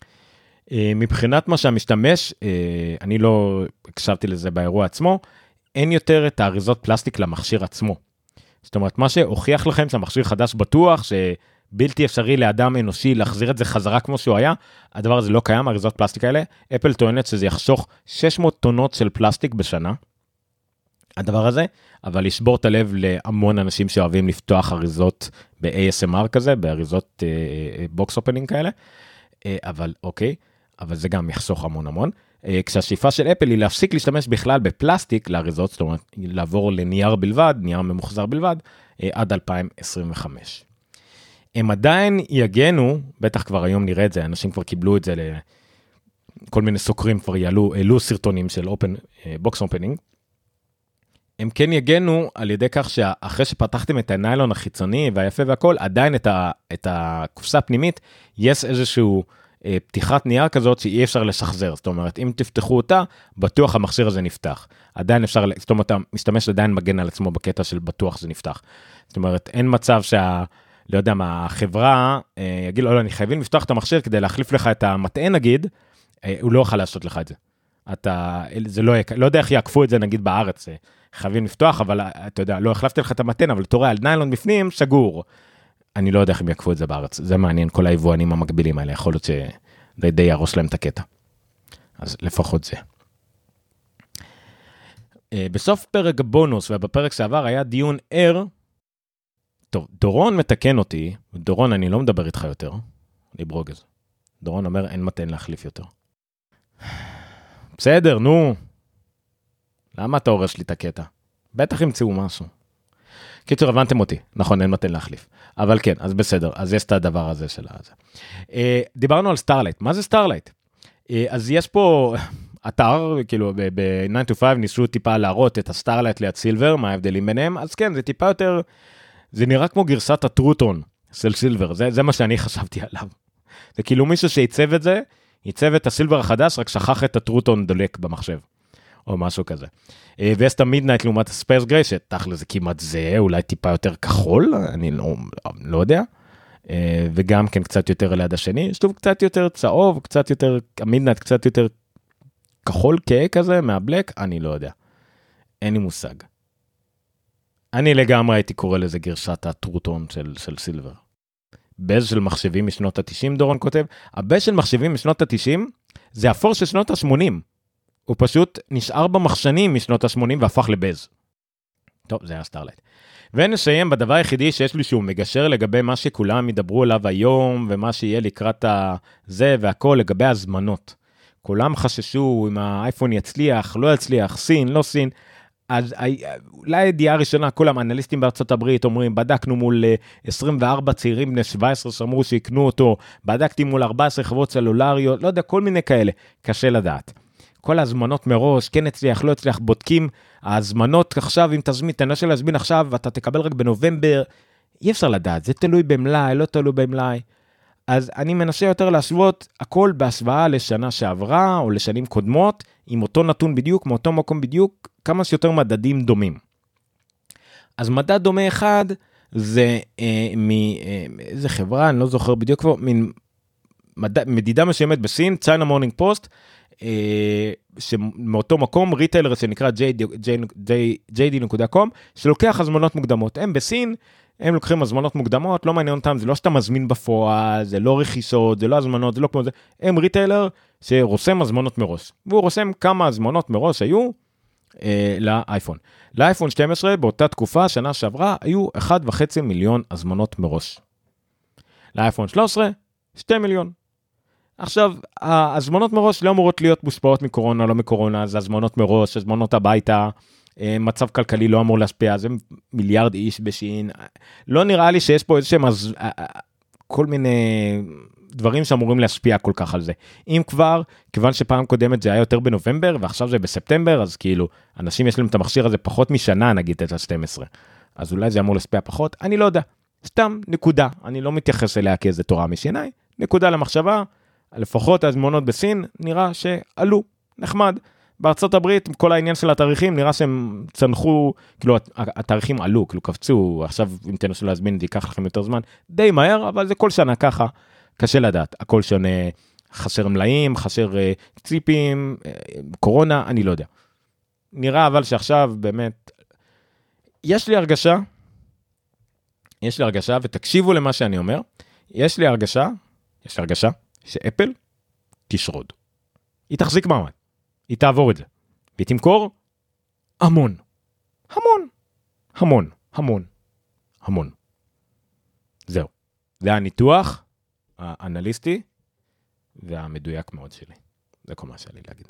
מבחינת מה שהמשתמש, אני לא הקשבתי לזה באירוע עצמו, אין יותר את האריזות פלסטיק למכשיר עצמו. זאת אומרת, מה שהוכיח לכם שהמכשיר חדש בטוח, שבלתי אפשרי לאדם אנושי להחזיר את זה חזרה כמו שהוא היה, הדבר הזה לא קיים, האריזות פלסטיק האלה. אפל טוענת שזה יחשוך 600 טונות של פלסטיק בשנה, הדבר הזה, אבל לשבור את הלב להמון אנשים שאוהבים לפתוח אריזות ב-ASMR כזה, באריזות בוקס אופנינג כאלה, אבל אוקיי, אבל זה גם יחסוך המון. כשהשאיפה של אפל היא להפסיק להשתמש בכלל בפלסטיק לאריזות, זאת אומרת, לעבור לנייר בלבד, נייר ממוחזר בלבד, עד 2025. הם עדיין יגנו, בטח כבר היום נראה את זה, אנשים כבר קיבלו את זה, כל מיני סוקרים כבר העלו סרטונים של בוקס אופנינג, הם כן יגנו על ידי כך שאחרי שפתחתם את הניילון החיצוני והיפה והכל, עדיין את הקופסה הפנימית, יש איזשהו פתיחת נייר כזאת שאי אפשר לשחזר. זאת אומרת, אם תפתחו אותה, בטוח המכשיר הזה נפתח. עדיין אפשר, זאת אומרת, המשתמש עדיין מגן על עצמו בקטע של בטוח זה נפתח. זאת אומרת, אין מצב לא יודע מה, החברה יגיד, לא, אני חייבים לפתוח את המכשיר כדי להחליף לך את המטען, נגיד, הוא לא יוכל לעשות לך את זה. זה לא יודע איך יעקפו את זה, נגיד בארץ, חייבים לפתוח, אבל אתה יודע, לא החלפתי לך את המתן, אבל אתה רואה על ניילון בפנים, סגור. אני לא יודע איך הם יעקפו את זה בארץ. זה מעניין, כל היבואנים המקבילים האלה, יכול להיות שדי ירוס להם את הקטע. אז לפחות זה. בסוף פרק בונוס, ובפרק שעבר היה דיון ער, טוב, דורון מתקן אותי, דורון, אני לא מדבר איתך יותר, ליברוגז. דורון אומר, אין מתן להחליף יותר. בסדר, נו. למה אתה הורש לי את הקטע? בטח ימצאו משהו. קיצור, הבנתם אותי. נכון, אין מתן להחליף. אבל כן, אז בסדר. אז יש את הדבר הזה של הזה. דיברנו על סטארלייט. מה זה סטארלייט? אז יש פה אתר, כאילו ב-9 to 5 ניסו טיפה להראות את הסטארלייט ליד סילבר, מה ההבדלים ביניהם. אז כן, זה טיפה יותר, זה נראה כמו גרסת הטרוטון של סילבר. זה מה שאני חשבתי עליו. זה כאילו מישהו שיצב את זה, ייצב את הסילבר החדש, רק שכח את הטרוטון דולק במחשב. או משהו כזה. ויש את המידנייט לעומת הספייס גריי, שתכל'ס זה כמעט זה, אולי טיפה יותר כחול, אני לא יודע. וגם כן קצת יותר ליד השני, שטוב קצת יותר צהוב, קצת יותר, המידנייט קצת יותר כחול כהה כזה, מהבלק, אני לא יודע. אין לי מושג. אני לגמרי הייתי קורא לזה גרשת הטרוטון של סילבר. בז של מחשבים משנות ה-90, דורון כותב, הבז של מחשבים משנות ה-90, זה אפור של שנות ה-80. הוא פשוט נשאר במחשנים משנות ה-80 והפך לבז. טוב, זה היה סטארלייט. ונסיים בדבר היחידי שיש לי שהוא מגשר לגבי מה שכולם ידברו עליו היום, ומה שיהיה לקראת זה והכל לגבי הזמנות. כולם חששו אם האייפון יצליח, לא יצליח, סין, לא סין. אז אולי הידיעה הראשונה, כל האנליסטים בארצות הברית אומרים, בדקנו מול 24 צעירים בני 17 שאמרו שיקנו אותו, בדקתי מול 14 חברות סלולריות, לא יודע, כל מיני כאלה, קשה לדעת. כל ההזמנות מראש, כן הצליח, לא הצליח, בודקים, ההזמנות עכשיו, אם תזמין, תנסה להזמין עכשיו, ואתה תקבל רק בנובמבר, אי אפשר לדעת, זה תלוי במלאי, לא תלוי במלאי. אז אני מנסה יותר להשוות הכל בהשוואה לשנה שעברה, או לשנים קודמות, עם אותו נתון בדיוק, מאותו מקום בדיוק, כמה שיותר מדדים דומים. אז מדד דומה אחד, זה מאיזה חברה, אני לא זוכר בדיוק כבר, מדידה מסוימת בסין, China Morning Post, שמאותו מקום, ריטיילר שנקרא JD.com, שלוקח הזמנות מוקדמות. הם בסין, הם לוקחים הזמנות מוקדמות, לא מעניין אותם, זה לא שאתה מזמין בפועל, זה לא רכישות, זה לא הזמנות, זה לא כמו זה. הם ריטיילר שרושם הזמנות מראש, והוא רושם כמה הזמנות מראש היו לאייפון. לאייפון 12 באותה תקופה, שנה שעברה, היו 1.5 מיליון הזמנות מראש. לאייפון 13, 2 מיליון. עכשיו, ההזמנות מראש לא אמורות להיות מושפעות מקורונה, לא מקורונה, זה הזמנות מראש, הזמנות הביתה, מצב כלכלי לא אמור להשפיע, זה מיליארד איש בשין, לא נראה לי שיש פה איזשהם כל מיני דברים שאמורים להשפיע כל כך על זה. אם כבר, כיוון שפעם קודמת זה היה יותר בנובמבר, ועכשיו זה בספטמבר, אז כאילו, אנשים יש להם את המכשיר הזה פחות משנה, נגיד את ה-12. אז אולי זה אמור להשפיע פחות, אני לא יודע. סתם נקודה, אני לא מתייחס אליה כאיזה תורה משיני, נקודה למחשבה, לפחות ההזמנות בסין נראה שעלו, נחמד. בארצות הברית, כל העניין של התאריכים, נראה שהם צנחו, כאילו התאריכים עלו, כאילו קפצו, עכשיו אם תנסו להזמין, זה ייקח לכם יותר זמן, די מהר, אבל זה כל שנה ככה, קשה לדעת, הכל שונה, חסר מלאים, חסר ציפים, קורונה, אני לא יודע. נראה אבל שעכשיו באמת, יש לי הרגשה, ותקשיבו למה שאני אומר, יש לי הרגשה שאפל תשרוד. היא תחזיק מעמד. היא תעבור את זה. והיא תמכור המון. זהו. זה הניתוח האנליסטי והמדויק מאוד שלי. זה כל מה שהיה לי להגיד.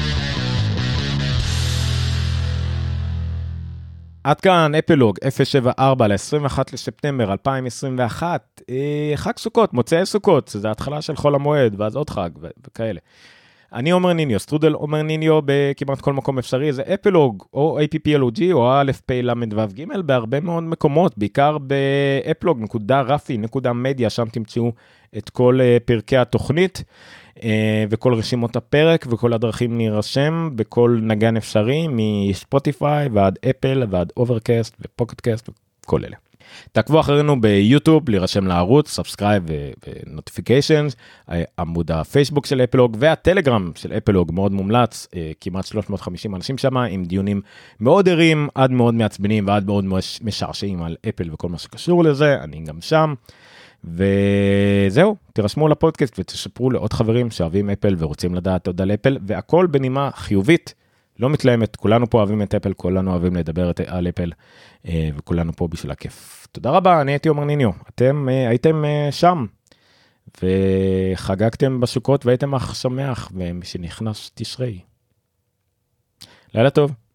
עד כאן אפלוג 074 ל-21 לספטמבר 2021, חג סוכות, מוצאי סוכות, זה ההתחלה של חול המועד, ואז עוד חג וכאלה. אני עומר ניניו, סטרודל עומר ניניו בכמעט כל מקום אפשרי, זה אפלוג או APPLOG או א.פ.ל.ו.ג בהרבה מאוד מקומות, בעיקר באפלוג.רפי.מדיה, שם תמצאו את כל פרקי התוכנית, וכל רשימות הפרק וכל הדרכים להירשם בכל נגן אפשרי, מספוטיפיי ועד אפל ועד אוברקאסט ופוקטקאסט וכל אלה. תעקבו אחרינו ביוטיוב, להירשם לערוץ, סאבסקרייב ונוטיפיקיישנס, עמוד הפייסבוק של אפלוג והטלגרם של אפלוג מאוד מומלץ, כמעט 350 אנשים שם, עם דיונים מאוד ערים, עד מאוד מעצבנים ועד מאוד משעשעים על אפל וכל מה שקשור לזה, אני גם שם. וזהו, תירשמו לפודקאסט ותשפרו לעוד חברים שאוהבים אפל ורוצים לדעת עוד על אפל, והכל בנימה חיובית, לא מתלהמת, כולנו פה אוהבים את אפל, כולנו אוהבים לדבר על אפל, וכולנו פה בשביל הכיף. תודה רבה, אני הייתי עומר ניניו, אתם הייתם שם, וחגגתם בסוכות והייתם אך שמח, ומשנכנס תשרי. לילה טוב.